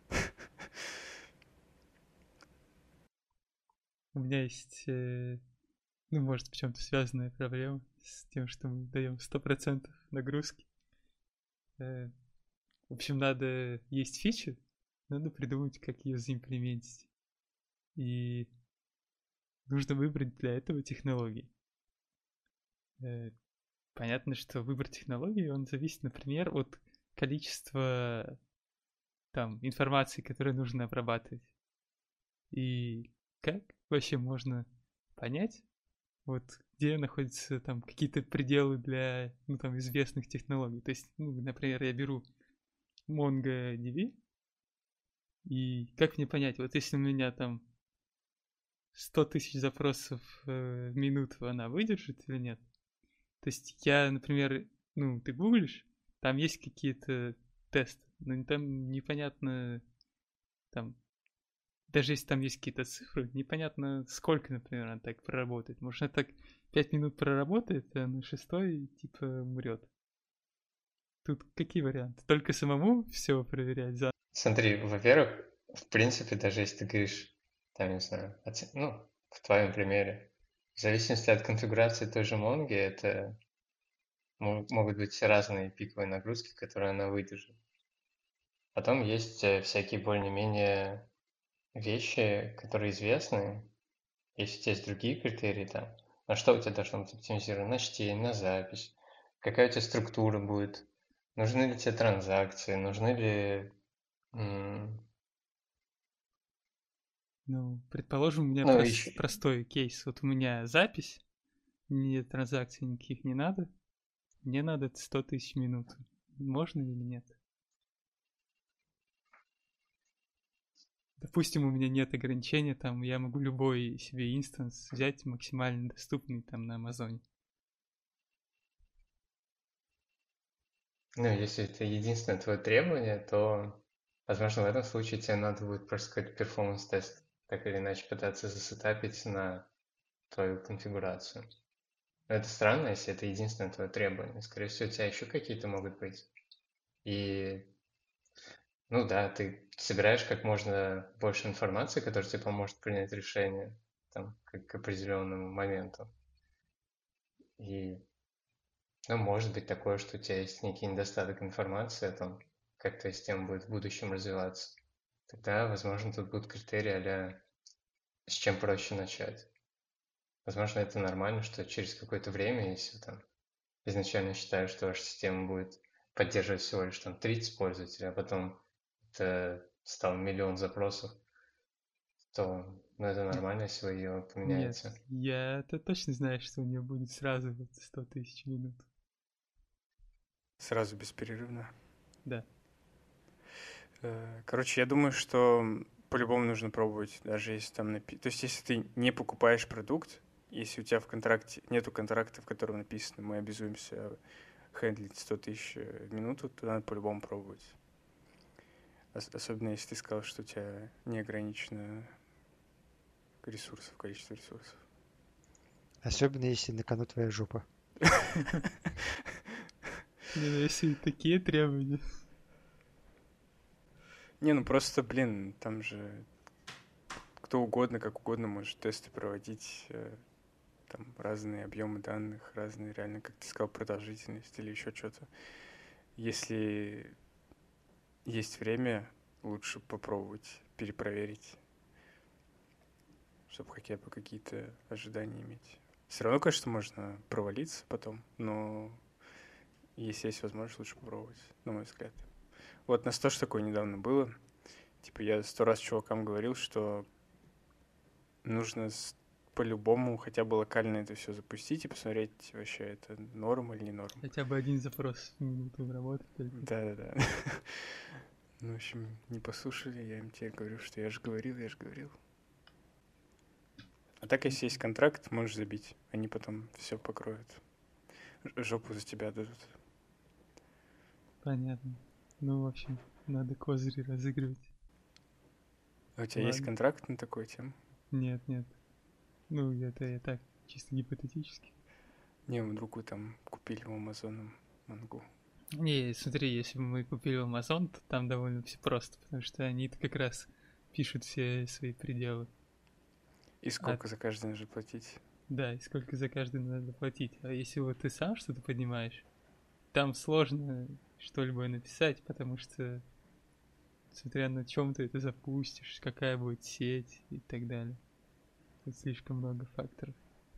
У меня есть, ну, может, в чем-то связанная проблема с тем, что мы даем 100% нагрузки. В общем, есть фича, надо придумать, как ее заимплементить. И нужно выбрать для этого технологии. Понятно, что выбор технологии, он зависит, например, от количества там информации, которую нужно обрабатывать. И как вообще можно понять, вот где находятся там какие-то пределы для, ну, там, известных технологий. То есть, ну, например, я беру MongoDB, и как мне понять, вот если у меня там 100 тысяч запросов в минуту, она выдержит или нет? То есть я, например, ну, ты гуглишь, там есть какие-то тесты, но там непонятно, там, даже если там есть какие-то цифры, непонятно, сколько, например, она так проработает. Может, она так 5 минут проработает, а на 6-й, типа, умрет. Тут какие варианты? Только самому все проверять за... Смотри, во-первых, в принципе, даже если ты говоришь, там, не знаю, ну, в твоем примере, в зависимости от конфигурации той же Mongo, это могут быть разные пиковые нагрузки, которые она выдержит. Потом есть всякие более-менее вещи, которые известны, если у тебя есть другие критерии там, на что у тебя должно быть оптимизировано, на чтение, на запись, какая у тебя структура будет, нужны ли тебе транзакции, нужны ли... Ну, предположим, у меня Ну, еще... простой кейс. Вот у меня запись, мне транзакций никаких не надо. Мне надо 100 тысяч минут. Можно или нет? Допустим, у меня нет ограничения, там я могу любой себе инстанс взять, максимально доступный там на Амазоне. Ну, если это единственное твое требование, то, возможно, в этом случае тебе надо будет просто какой-то перформанс-тест, так или иначе пытаться засетапить на твою конфигурацию. Но это странно, если это единственное твое требование. Скорее всего, у тебя еще какие-то могут быть. И, ну да, ты собираешь как можно больше информации, которая тебе поможет принять решение там, к определенному моменту. И, ну, может быть такое, что у тебя есть некий недостаток информации о том, как твоя система будет в будущем развиваться. Тогда, возможно, тут будут критерии а с чем проще начать. Возможно, это нормально, что через какое-то время, если там изначально считаю, что ваша система будет поддерживать всего лишь там 30 пользователей, а потом это стал миллион запросов, то ну, это нормально, если вы ее Нет, поменяете. я-то точно знаю, что у нее будет сразу вот 100 тысяч минут. Сразу бесперерывно. Да. Короче, я думаю, что по-любому нужно пробовать, даже если там То есть, если ты не покупаешь продукт, если у тебя в контракте нету контракта, в котором написано, мы обязуемся хендлить 100 тысяч в минуту, то надо по-любому пробовать. Особенно если ты сказал, что у тебя не ограничено количество ресурсов. Особенно если на кону твоя жопа. Не, ну если такие требования. Не, ну просто, блин, там же кто угодно, как угодно может тесты проводить, там разные объемы данных, разные, реально, как ты сказал, продолжительность или еще что-то. Если есть время, лучше попробовать перепроверить, чтобы хотя бы какие-то ожидания иметь. Все равно, конечно, можно провалиться потом, но если есть возможность, лучше попробовать, на мой взгляд. Вот нас тоже такое недавно было. Типа я 100 раз чувакам говорил, что нужно по-любому хотя бы локально это все запустить и посмотреть, вообще это норм или не норм. Хотя бы один запрос в минуту работает. Да. Ну, в общем, не послушали, я им тебе говорю, что я же говорил. А так, если есть контракт, можешь забить. Они потом все покроют. Жопу за тебя дадут. Понятно. Ну, в общем, надо козыри разыгрывать. А у тебя есть Ладно. контракт на такую тему? Нет. Ну, это я так, чисто гипотетически. Не, вдруг вы там купили у Амазона мангу. Не, смотри, если бы мы купили Amazon, то там довольно все просто, потому что они как раз пишут все свои пределы. И сколько за каждый нужно платить? Да, и сколько за каждый надо платить. А если вот ты сам что-то поднимаешь, там сложно что-либо написать, потому что смотря на чем ты это запустишь, какая будет сеть и так далее. Тут слишком много факторов.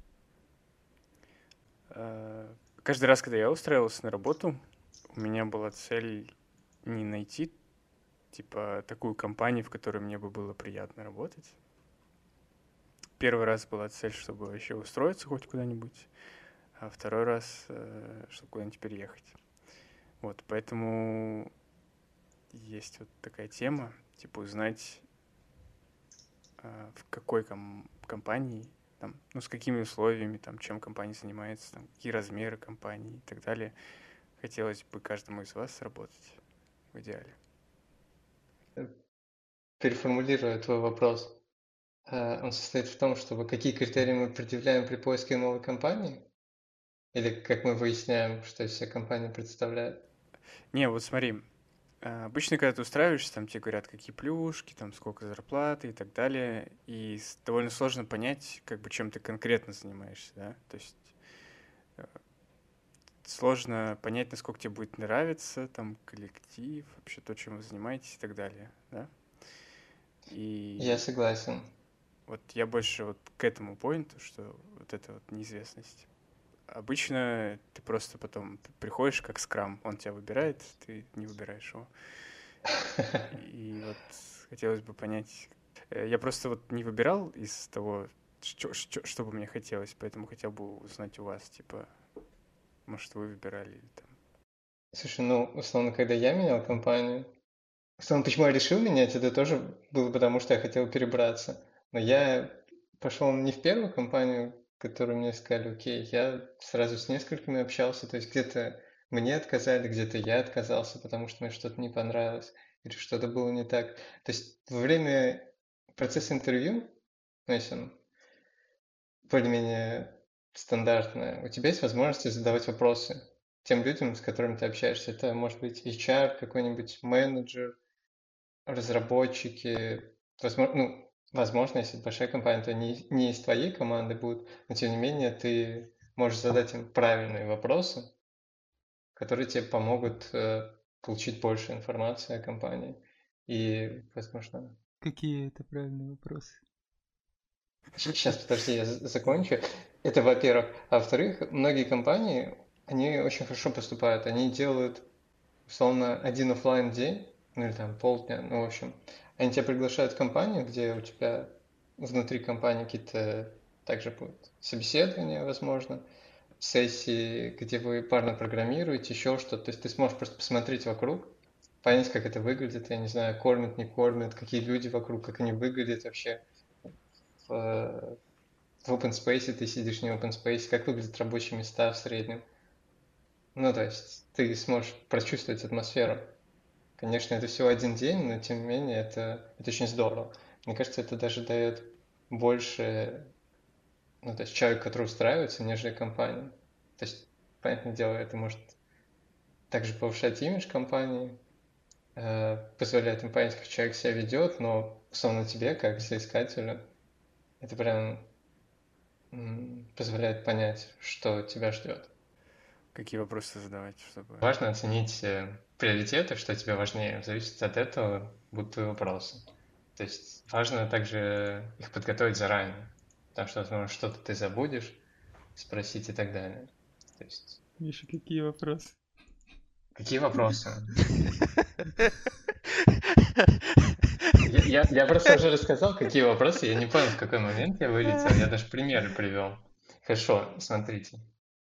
Каждый раз, когда я устраивался на работу, у меня была цель не найти, типа, такую компанию, в которой мне бы было приятно работать. Первый раз была цель, чтобы вообще устроиться хоть куда-нибудь, а второй раз, чтобы куда-нибудь переехать. Вот, поэтому есть вот такая тема, типа узнать, в какой компании, там, ну, с какими условиями, там, чем компания занимается, там, какие размеры компании и так далее. Хотелось бы каждому из вас работать в идеале. Переформулирую твой вопрос. Он состоит в том, чтобы какие критерии мы предъявляем при поиске новой компании? Или как мы выясняем, что из себя компания представляет? Не, вот смотри, обычно, когда ты устраиваешься, там тебе говорят, какие плюшки, там сколько зарплаты и так далее, и довольно сложно понять, как бы чем ты конкретно занимаешься, да, то есть сложно понять, насколько тебе будет нравиться, там, коллектив, вообще то, чем вы занимаетесь и так далее, да? Я И согласен. вот я больше вот к этому поинту, что вот эта вот неизвестность. Обычно ты просто потом приходишь как скрам, он тебя выбирает, ты не выбираешь его. И вот хотелось бы понять, я просто вот не выбирал из того, что бы мне хотелось, поэтому хотел бы узнать у вас, типа, может, вы выбирали или там. Слушай, ну, условно, когда я менял компанию, условно, почему я решил менять, это тоже было потому, что я хотел перебраться. Но я пошел не в первую компанию, которую мне сказали, окей, я сразу с несколькими общался, то есть где-то мне отказали, где-то я отказался, потому что мне что-то не понравилось или что-то было не так. То есть во время процесса интервью, ну, если он более-менее стандартное, у тебя есть возможность задавать вопросы тем людям, с которыми ты общаешься. Это может быть HR, какой-нибудь менеджер, разработчики. Возможно, ну, возможно, если это большая компания, то не из твоей команды будут, но тем не менее ты можешь задать им правильные вопросы, которые тебе помогут получить больше информации о компании. И, возможно, Какие это правильные вопросы? сейчас, подожди, я закончу. Это, во-первых. А во-вторых, многие компании, они очень хорошо поступают. Они делают, условно, один оффлайн день, ну или там полдня, ну, в общем. Они тебя приглашают в компанию, где у тебя внутри компании какие-то также будут собеседования, возможно, сессии, где вы парно программируете, еще что-то. То есть ты сможешь просто посмотреть вокруг, понять, как это выглядит, я не знаю, кормят, не кормят, какие люди вокруг, как они выглядят вообще в open space ты сидишь не в open space, как выглядят рабочие места в среднем. Ну, то есть ты сможешь прочувствовать атмосферу. Конечно, это всего один день, но тем не менее это очень здорово. Мне кажется, это даже дает больше, ну, то есть человек, который устраивается, нежели компания. То есть, понятное дело, это может также повышать имидж компании, позволяет им понять, как человек себя ведет, но условно тебе, как соискателю, это прям позволяет понять, что тебя ждет. Какие вопросы задавать, чтобы... Важно оценить приоритеты, что тебе важнее. В зависимости от этого будут твои вопросы. То есть важно также их подготовить заранее, потому что, возможно, что-то ты забудешь спросить и так далее. То есть Миша, какие вопросы? какие вопросы? Я просто уже рассказал, какие вопросы. Я не понял, в какой момент я вылетел. Я даже примеры привел. Хорошо, смотрите.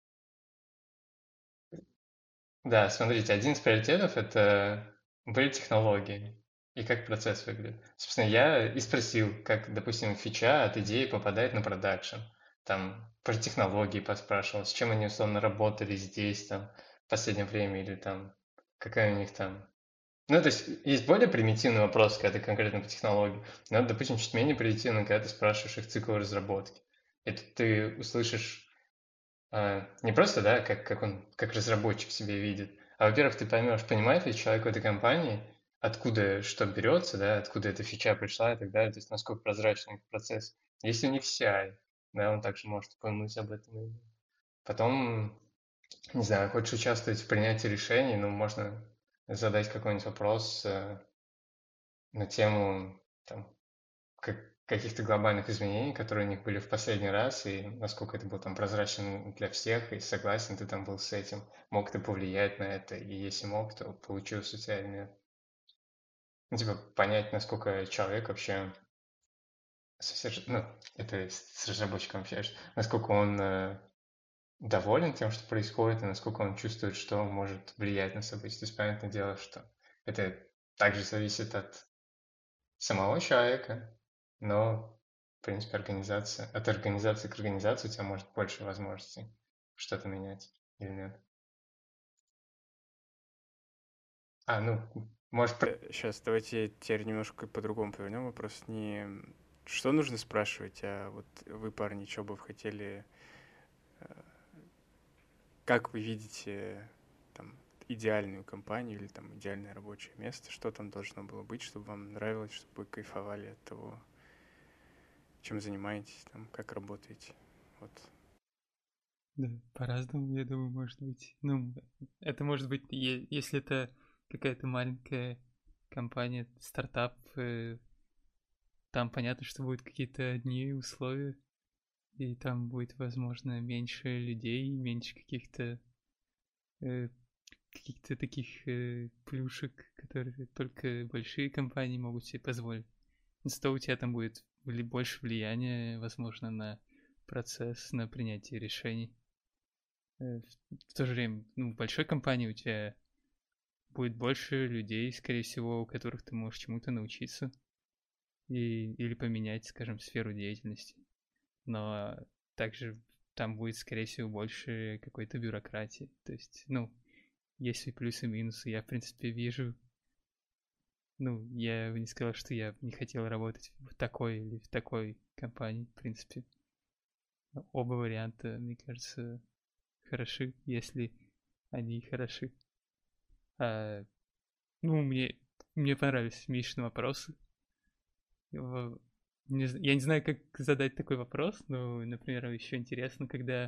Да, смотрите, один из приоритетов это были технологии и как процесс выглядит. Собственно, я и спросил, как, допустим, фича от идеи попадает на продакшн. Там про технологии поспрашивал, с чем они условно работали здесь, там, в последнее время, или там, какая у них там. Ну, то есть, есть более примитивный вопрос, когда ты конкретно по технологии, но, допустим, чуть менее примитивно, когда ты спрашиваешь их цикл разработки. И тут ты услышишь не просто, да, как он, как разработчик себя видит, а, во-первых, ты поймешь, понимает ли человек в этой компании, откуда что берется, да, откуда эта фича пришла и так далее, то есть насколько прозрачный их процесс. Если у них CI, да, он также может упомянуть об этом. Потом, не знаю, хочешь участвовать в принятии решений, ну, можно задать какой-нибудь вопрос на тему там, каких-то глобальных изменений, которые у них были в последний раз, и насколько это было там прозрачно для всех, и согласен ты там был с этим, мог ты повлиять на это, и если мог, то получился у тебя или нет. Ну, типа, понять, насколько человек вообще, ну, это с разработчиком общаешься, насколько он доволен тем, что происходит, и насколько он чувствует, что он может влиять на события. То есть, понятное дело, что это также зависит от самого человека, но, в принципе, от организации к организации у тебя может больше возможностей что-то менять или нет. Ну, может... Сейчас давайте теперь немножко по-другому повернем вопрос. Не что нужно спрашивать, а вот вы, парни, что бы вы хотели, как вы видите там идеальную компанию или там идеальное рабочее место, что там должно было быть, чтобы вам нравилось, чтобы вы кайфовали от того, чем занимаетесь, там, как работаете. Вот. Да, по-разному, я думаю, может быть. Ну, это может быть, если это какая-то маленькая компания, стартап, там понятно, что будут какие-то одни условия, и там будет, возможно, меньше людей, меньше каких-то таких плюшек, которые только большие компании могут себе позволить. Зато у тебя там будет больше влияния, возможно, на процесс, на принятие решений. В то же время, в большой компании у тебя будет больше людей, скорее всего, у которых ты можешь чему-то научиться или поменять, скажем, сферу деятельности. Но также там будет, скорее всего, больше какой-то бюрократии. То есть, есть и плюсы, и минусы. Я, в принципе, вижу. Я бы не сказал, что я не хотел работать в такой или в такой компании, в принципе. Оба варианта, мне кажется, хороши, если они хороши. Мне понравились Мишины вопросы. Я не знаю, как задать такой вопрос, но, например, еще интересно, когда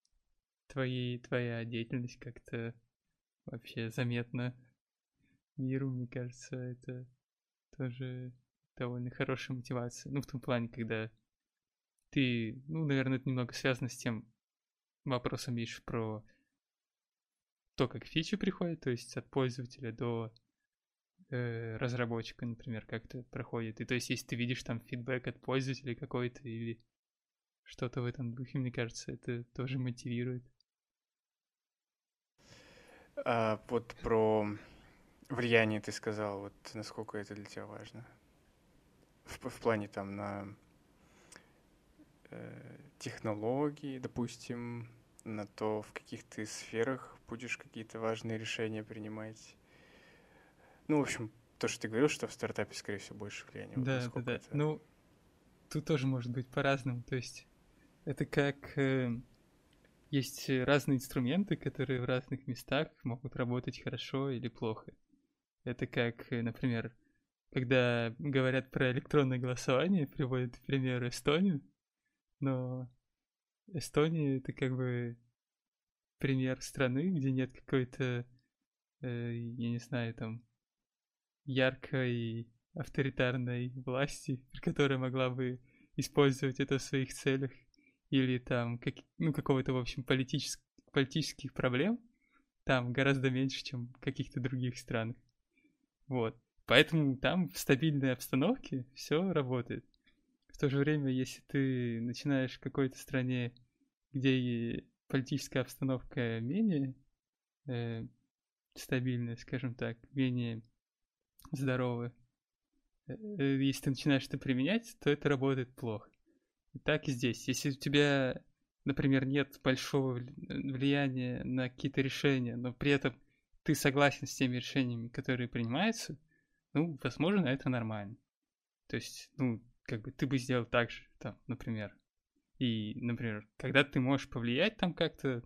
твоя деятельность как-то вообще заметна миру, мне кажется, это тоже довольно хорошая мотивация. В том плане, когда ты, наверное, это немного связано с тем вопросом, Миш, про то, как фичи приходят, то есть от пользователя до разработчика, например, как это проходит. И то есть, если ты видишь там фидбэк от пользователя какой-то или что-то в этом духе, мне кажется, это тоже мотивирует. Вот про влияние ты сказал, вот насколько это для тебя важно? В плане там на технологии, допустим, на то, в каких ты сферах будешь какие-то важные решения принимать. В общем, то, что ты говорил, что в стартапе, скорее всего, больше влияния. Да. Это... тут тоже может быть по-разному. То есть это как есть разные инструменты, которые в разных местах могут работать хорошо или плохо. Это как, например, когда говорят про электронное голосование, приводят в пример Эстонию, но Эстония — это как бы пример страны, где нет какой-то, я не знаю, там, яркой авторитарной власти, которая могла бы использовать это в своих целях, или там какого-то, в общем, политических проблем там гораздо меньше, чем в каких-то других странах. Вот. Поэтому там в стабильной обстановке все работает. В то же время, если ты начинаешь в какой-то стране, где политическая обстановка менее стабильная, скажем так, менее здоровая, если ты начинаешь это применять, то это работает плохо. И так и здесь. Если у тебя, например, нет большого влияния на какие-то решения, но при этом ты согласен с теми решениями, которые принимаются, возможно, это нормально. То есть, как бы ты бы сделал так же, там, например. И, например, когда ты можешь повлиять там как-то,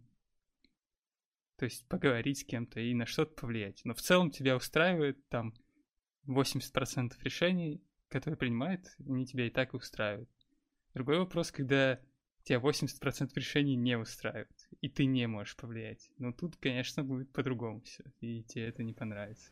то есть поговорить с кем-то и на что-то повлиять. Но в целом тебя устраивает там 80% решений, которые принимают, они тебя и так устраивают. Другой вопрос, когда тебя 80% решений не устраивают, и ты не можешь повлиять. Но тут, конечно, будет по-другому все, и тебе это не понравится.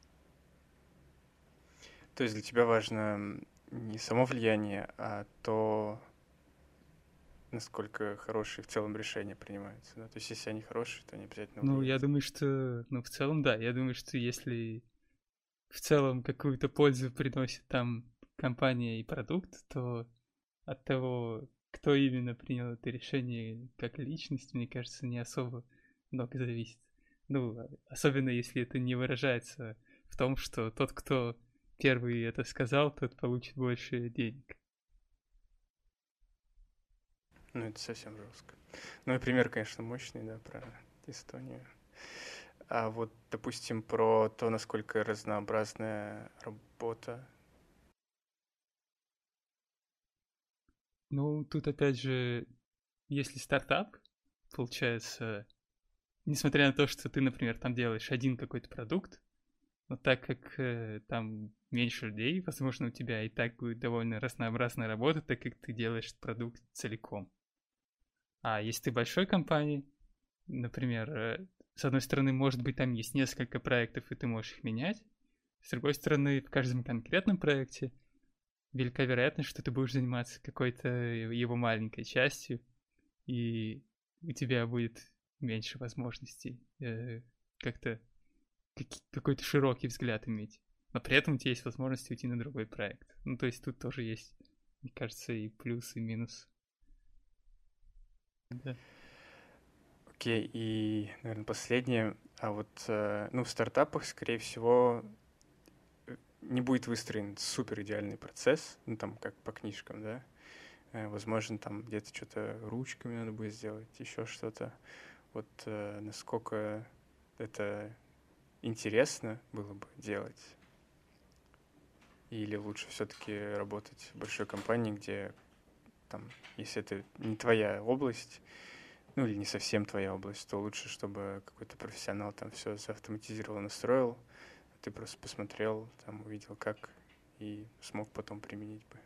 То есть для тебя важно не само влияние, а то, насколько хорошие в целом решения принимаются. Да? То есть если они хорошие, то они обязательно влияют. Я думаю, что, в целом, да. Я думаю, что если в целом какую-то пользу приносит там компания и продукт, то от того, кто именно принял это решение как личность, мне кажется, не особо много зависит. Особенно если это не выражается в том, что тот, кто первый это сказал, тот получит больше денег. Это совсем жестко. И пример, конечно, мощный, да, про Эстонию. А вот, допустим, про то, насколько разнообразная работа. Тут опять же, если стартап, получается, несмотря на то, что ты, например, там делаешь один какой-то продукт, но так как там меньше людей, возможно, у тебя и так будет довольно разнообразная работа, так как ты делаешь продукт целиком. А если ты большой компании, например, с одной стороны, может быть, там есть несколько проектов, и ты можешь их менять. С другой стороны, в каждом конкретном проекте велика вероятность, что ты будешь заниматься какой-то его маленькой частью, и у тебя будет меньше возможностей как-то какой-то широкий взгляд иметь. Но при этом у тебя есть возможность уйти на другой проект. Ну, то есть тут тоже есть, мне кажется, и плюс, и минус. Да. Окей, и, наверное, последнее. А вот, в стартапах, скорее всего, не будет выстроен супер идеальный процесс, ну, там, как по книжкам, да. Возможно, там где-то что-то ручками надо будет сделать, еще что-то. Вот насколько это интересно было бы делать? Или лучше все-таки работать в большой компании, где там, если это не твоя область, ну или не совсем твоя область, то лучше, чтобы какой-то профессионал там все заавтоматизировал, настроил, а ты просто посмотрел, там увидел как и смог потом применить бы.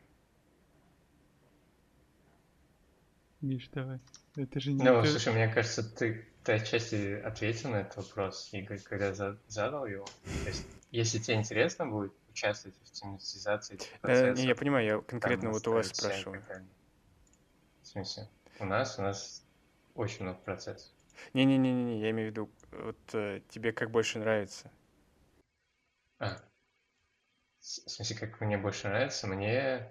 Миш, давай. Это же не... Ну, слушай, мне кажется, ты отчасти ответил на этот вопрос, Игорь, когда задал его. То есть, если тебе интересно будет участвовать в автоматизации этих Не, я процессов, понимаю, я там конкретно вот у вас настроить CI спрашиваю. как-то. В смысле? У нас очень много процессов. Не, я имею в виду, вот тебе как больше нравится? В смысле, как мне больше нравится? Мне,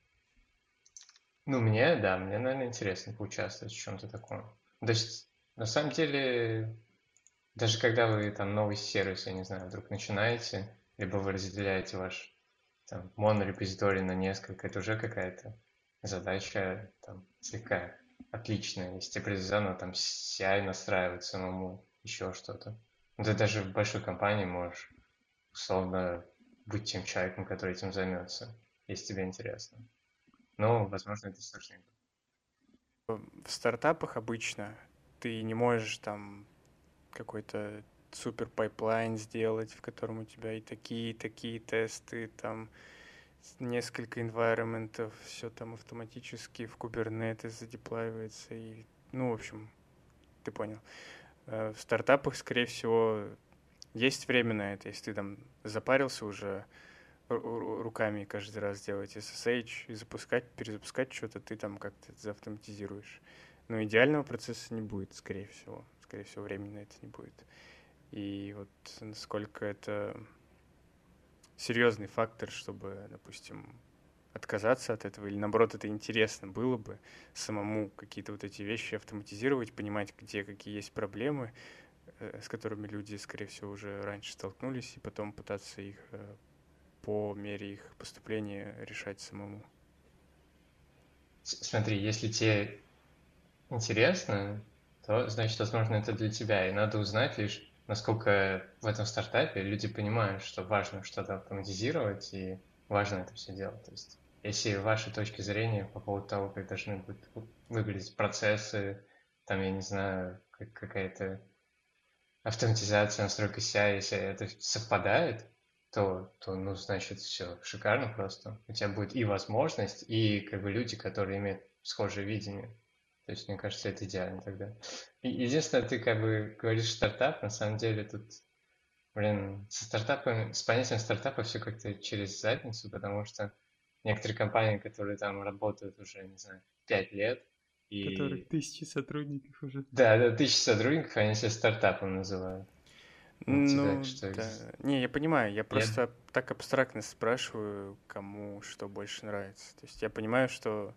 наверное, интересно поучаствовать в чем-то таком. То есть, на самом деле, даже когда вы там новый сервис, я не знаю, вдруг начинаете, либо вы разделяете ваш там монорепозиторий на несколько, это уже какая-то задача там слегка отличная. Если тебе придется заново там CI настраивать самому, еще что-то. Ну, ты даже в большой компании можешь условно быть тем человеком, который этим займется, если тебе интересно. Но, возможно, это сложнее. В стартапах обычно ты не можешь там какой-то супер пайплайн сделать, в котором у тебя и такие тесты, там несколько environment'ов, все там автоматически в Kubernetes задеплаивается. И, в общем, ты понял. В стартапах, скорее всего, есть время на это. Если ты там запарился уже руками каждый раз делать SSH и перезапускать что-то, ты там как-то это заавтоматизируешь. Но идеального процесса не будет, скорее всего. Скорее всего, времени на это не будет. И вот насколько это серьезный фактор, чтобы, допустим, отказаться от этого, или наоборот, это интересно было бы самому какие-то вот эти вещи автоматизировать, понимать, где какие есть проблемы, с которыми люди, скорее всего, уже раньше столкнулись, и потом пытаться их по мере их поступления решать самому. Смотри, если тебе интересно, то, значит, возможно, это для тебя. И надо узнать лишь, насколько в этом стартапе люди понимают, что важно что-то автоматизировать и важно это все делать. То есть, если ваши точки зрения по поводу того, как должны будут выглядеть процессы, там, я не знаю, какая-то автоматизация, настройка CI, если это совпадает, то, ну, значит, все шикарно просто. У тебя будет и возможность, и как бы люди, которые имеют схожее видение. То есть, мне кажется, это идеально тогда. И единственное, ты как бы говоришь стартап, на самом деле тут, с стартапами, с понятием стартапа все как-то через задницу, потому что некоторые компании, которые там работают уже, не знаю, 5 лет, У которых и 1000 сотрудников уже. да, 1000 сотрудников, они себя стартапом называют. Так что Да. Не, я понимаю, я я... просто так абстрактно спрашиваю, кому что больше нравится. То есть я понимаю, что,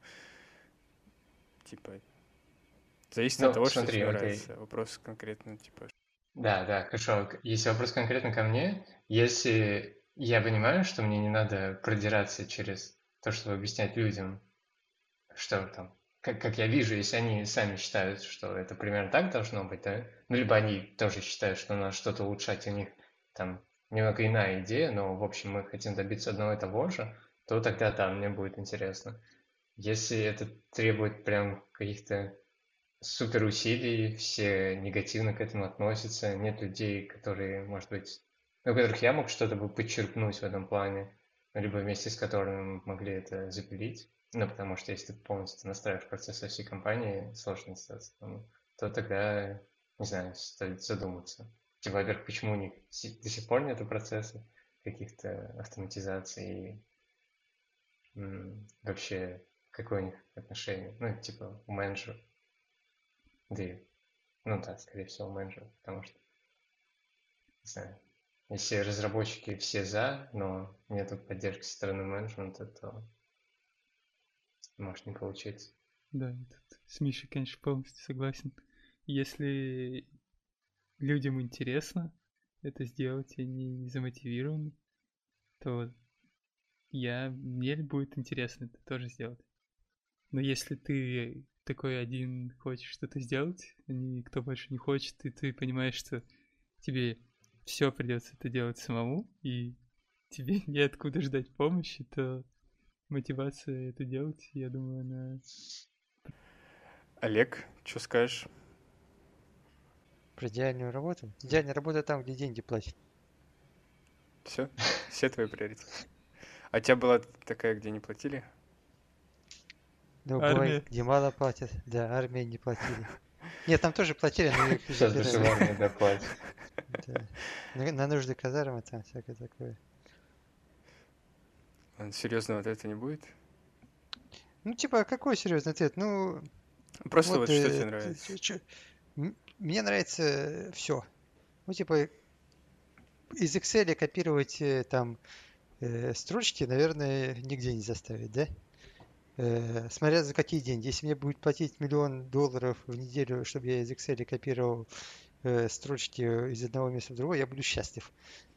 типа, зависит от Ну, того, что смотри, тебе окей. нравится. Вопрос конкретно, типа, Да, хорошо. Если вопрос конкретно ко мне, если я понимаю, что мне не надо продираться через то, чтобы объяснять людям, что там, как я вижу, если они сами считают, что это примерно так должно быть, да, ну, либо они тоже считают, что надо что-то улучшать, у них там немного иная идея, но, в общем, мы хотим добиться одного и того же, то тогда, да, мне будет интересно. Если это требует прям каких-то супер усилий, все негативно к этому относятся, нет людей, которые, может быть, у которых я мог что-то бы подчеркнуть в этом плане, либо вместе с которыми мы могли это запилить, ну, потому что если ты полностью настраиваешь процесс со всей компании, сложно остаться, то тогда, не знаю, стоит задуматься. Типа, во-первых, почему у них до сих пор нет процессов, каких-то автоматизаций, вообще, какое у них отношение. Ну, типа, у менеджера. Да, ну да, скорее всего, у менеджера, потому что, не знаю, если разработчики все за, но нет поддержки со стороны менеджмента, то может не получиться. Да, тут с Мишей, конечно, полностью согласен. Если людям интересно это сделать, и они замотивированы, то мне будет интересно это тоже сделать. Но если ты такой один хочешь что-то сделать, а никто больше не хочет, и ты понимаешь, что тебе все придется это делать самому, и тебе неоткуда ждать помощи, то мотивация это делать, я думаю, она... Олег, что скажешь? Про идеальную работу? Идеальная работа там, где деньги платят. Все твои приоритеты. А у тебя была такая, где не платили? Ну, Армия. бывает, где мало платят. Да, армии не платили. Нет, там тоже платили, но их Сейчас даже забирали. вам не доплатят. Да. На нужды казармы там всякое такое. Серьезного ответа не будет? Ну, типа, какой серьезный ответ? Ну, Просто вот что тебе ты нравится? мне нравится все. Ну, типа, из Excel копировать там строчки, наверное, нигде не заставить, да? Смотря за какие деньги. Если мне будет платить $1 миллион в неделю, чтобы я из Excel копировал строчки из одного места в другое, я буду счастлив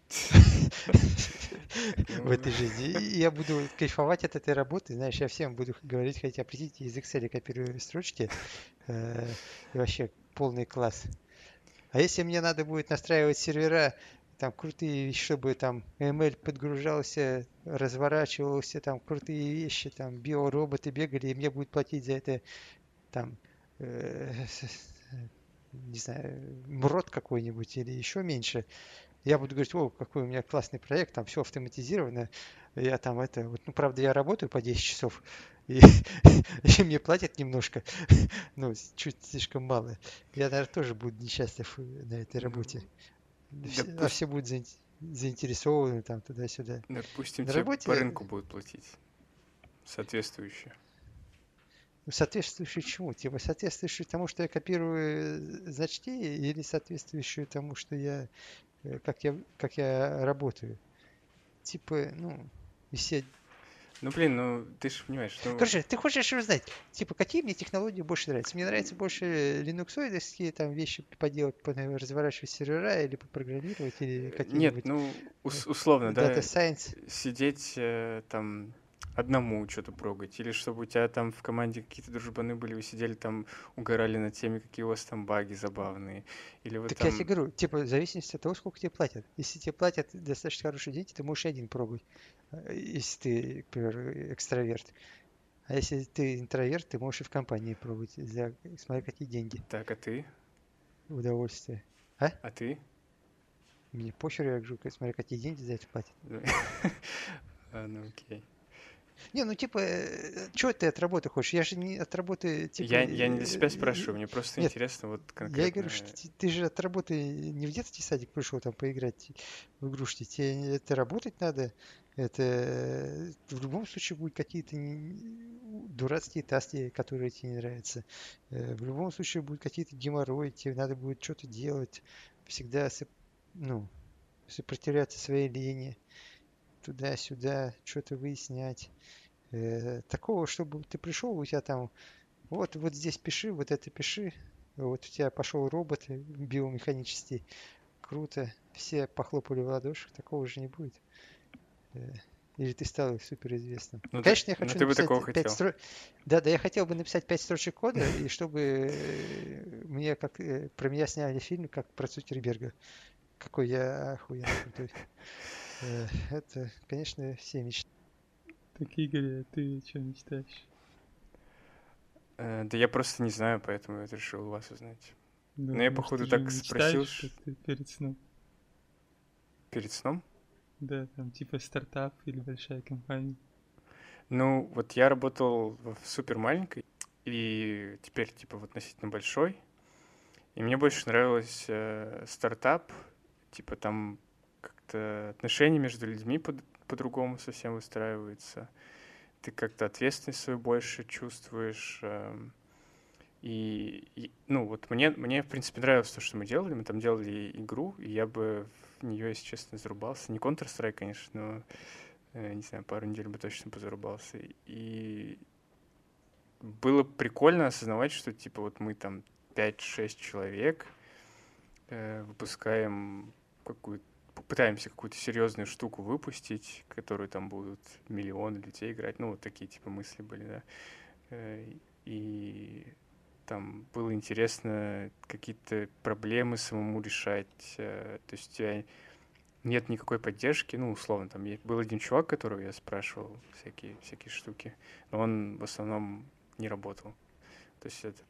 в этой жизни. И я буду кайфовать от этой работы. Знаешь, я всем буду говорить, хотя придите из Excel копирую строчки. И вообще полный класс. А если мне надо будет настраивать сервера, там крутые, чтобы там ML подгружался, разворачивался, там крутые вещи, там биороботы бегали, и мне будет платить за это там, не знаю, МРОТ какой-нибудь или еще меньше, я буду говорить, о, какой у меня классный проект, там все автоматизировано, я там это, вот, ну, правда, я работаю по 10 часов, и, и мне платят немножко, ну, чуть слишком мало. Я, наверное, тоже буду несчастлив на этой работе. А все будут заинтересованы там туда-сюда. Допустим, На тебе по работе рынку будут платить соответствующие. соответствующую чему? Типа соответствующую тому, что я копирую значки, или соответствующую тому, что как я работаю? Типа, ну, все... Ну, блин, ну, ты же понимаешь, ну... Короче, ты хочешь узнать, типа, какие мне технологии больше нравятся? Мне нравится больше линуксоидовские там вещи поделать, разворачивать сервера или попрограммировать, или Нет, какие-нибудь ну, условно, Data да, Science. сидеть там одному что-то прогать, или чтобы у тебя там в команде какие-то дружбаны были, вы сидели там, угорали над теми, какие у вас там баги забавные, или вот Так я тебе там... говорю, типа, в зависимости от того, сколько тебе платят. Если тебе платят достаточно хорошие деньги, ты можешь и один пробовать, если ты, к примеру, экстраверт. А если ты интроверт, ты можешь и в компании пробовать, смотря какие деньги, Так, а ты? удовольствие. А? А ты? Мне похер, я говорю, смотря какие деньги за это платят. Ну, окей. Не, ну типа, что ты от работы хочешь? Я же не от работы, типа... Я не для себя спрашиваю, мне просто Нет, интересно вот я и говорю, конкретно... что ты же от работы не в детский садик пришел там поиграть в игрушки. Тебе это работать надо. Это в любом случае будут какие-то дурацкие таски, которые тебе не нравятся. В любом случае будут какие-то геморрои, тебе надо будет что-то делать. Всегда ну, сопротивляться своей лени. Туда-сюда, что-то выяснять. Такого, чтобы ты пришел, у тебя там вот здесь пиши, вот это пиши. Вот у тебя пошел робот биомеханический. Круто. Все похлопали в ладоши. Такого же не будет. Или ты стал суперизвестным. Ну, Конечно, я ну хочу ты бы написать такого 5 хотел. строчек. Да, я хотел бы написать 5 строчек кода, и чтобы мне про меня сняли фильм, как про Цукерберга. Какой я охуенный крутой. Это, конечно, все мечты. Так, Игорь, а ты что мечтаешь? Да я просто не знаю, поэтому я решил у вас узнать. Ну, Но я, может, походу, ты же так спросил мечтаешь, что ты перед сном. перед сном. Да, там типа стартап или большая компания. Ну, вот я работал в супер маленькой, и теперь, типа, в относительно большой. И мне больше нравилось стартап, типа, там как-то отношения между людьми по-другому совсем выстраиваются. ты как-то ответственность свою больше чувствуешь. Ну, вот мне, в принципе, нравилось то, что мы делали. Мы там делали игру, и я бы в нее, если честно, зарубался. Не Counter-Strike, конечно, но, не знаю, пару недель бы точно позарубался. И было прикольно осознавать, что, типа, вот мы там 5-6 человек выпускаем пытаемся какую-то серьезную штуку выпустить, которую там будут миллионы людей играть. Ну, вот такие, типа, мысли были, да. И там было интересно какие-то проблемы самому решать. То есть у тебя нет никакой поддержки, ну, условно, там был один чувак, которого я спрашивал всякие штуки, но он в основном не работал. То есть это...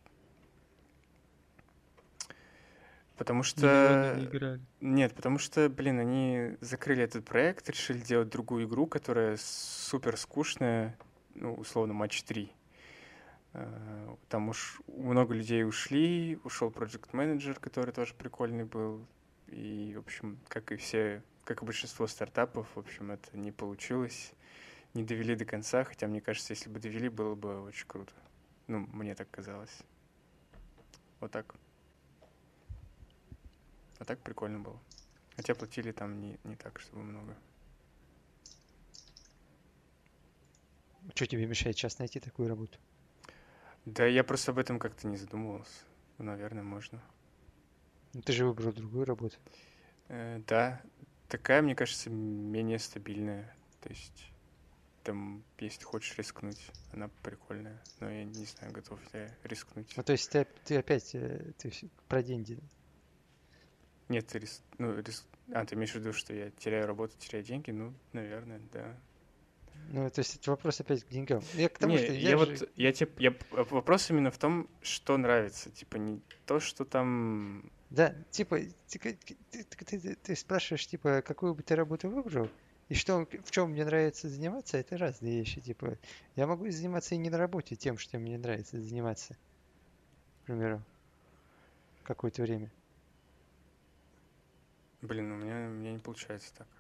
Потому Миллионы не что... играли. Нет, потому что, блин, они закрыли этот проект, решили делать другую игру, которая супер скучная, ну, условно, матч 3. Там уж много людей ушли, ушел проект-менеджер, который тоже прикольный был. И, в общем, как и большинство стартапов, в общем, это не получилось. Не довели до конца, хотя, мне кажется, если бы довели, было бы очень круто. Ну, мне так казалось. Вот так. А так прикольно было. Хотя платили там не так, чтобы много. Что тебе мешает сейчас найти такую работу? Да, я просто об этом как-то не задумывался. Ну, наверное, можно. Ну, ты же выбрал другую работу. Да, такая, мне кажется, менее стабильная. То есть там, если хочешь рискнуть, она прикольная. Но я не знаю, готов ли я рискнуть. Ну, то есть ты опять про деньги. Нет, ты ты имеешь в виду, что я теряю работу, теряю деньги? Ну, наверное, да. Ну, то есть это вопрос опять к деньгам. Я к тому, Не, что вопрос именно в том, что нравится. Типа не то, что там... Да, типа, ты спрашиваешь, типа, какую бы ты работу выбрал, и в чем мне нравится заниматься, это разные вещи. Типа, я могу заниматься и не на работе тем, что мне нравится заниматься, к примеру, какое-то время. Блин, у меня не получается так.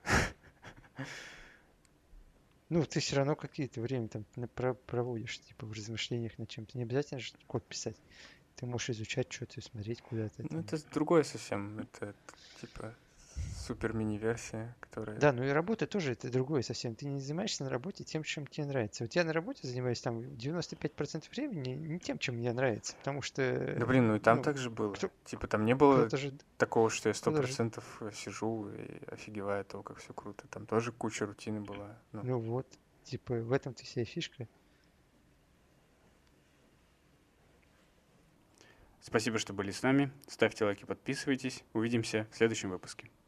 Ну, ты все равно какие-то время там проводишь, типа, в размышлениях над чем-то. Не обязательно же код писать. Ты можешь изучать что-то, смотреть куда-то Ну, там. это другое совсем. Это типа супер мини-версия, которая... Да, ну и работа тоже это другое совсем. Ты не занимаешься на работе тем, чем тебе нравится. Вот я на работе занимаюсь там 95% времени не тем, чем мне нравится, потому Да что, блин, ну и там ну, так же было. кто, Типа там не было кто-то же, такого, что я кто-то же, 100% сижу и офигеваю от того, как все круто. Там тоже куча рутины была. Ну, ну вот, типа в этом-то вся и фишка. спасибо, что были с нами. Ставьте лайки, подписывайтесь. Увидимся в следующем выпуске.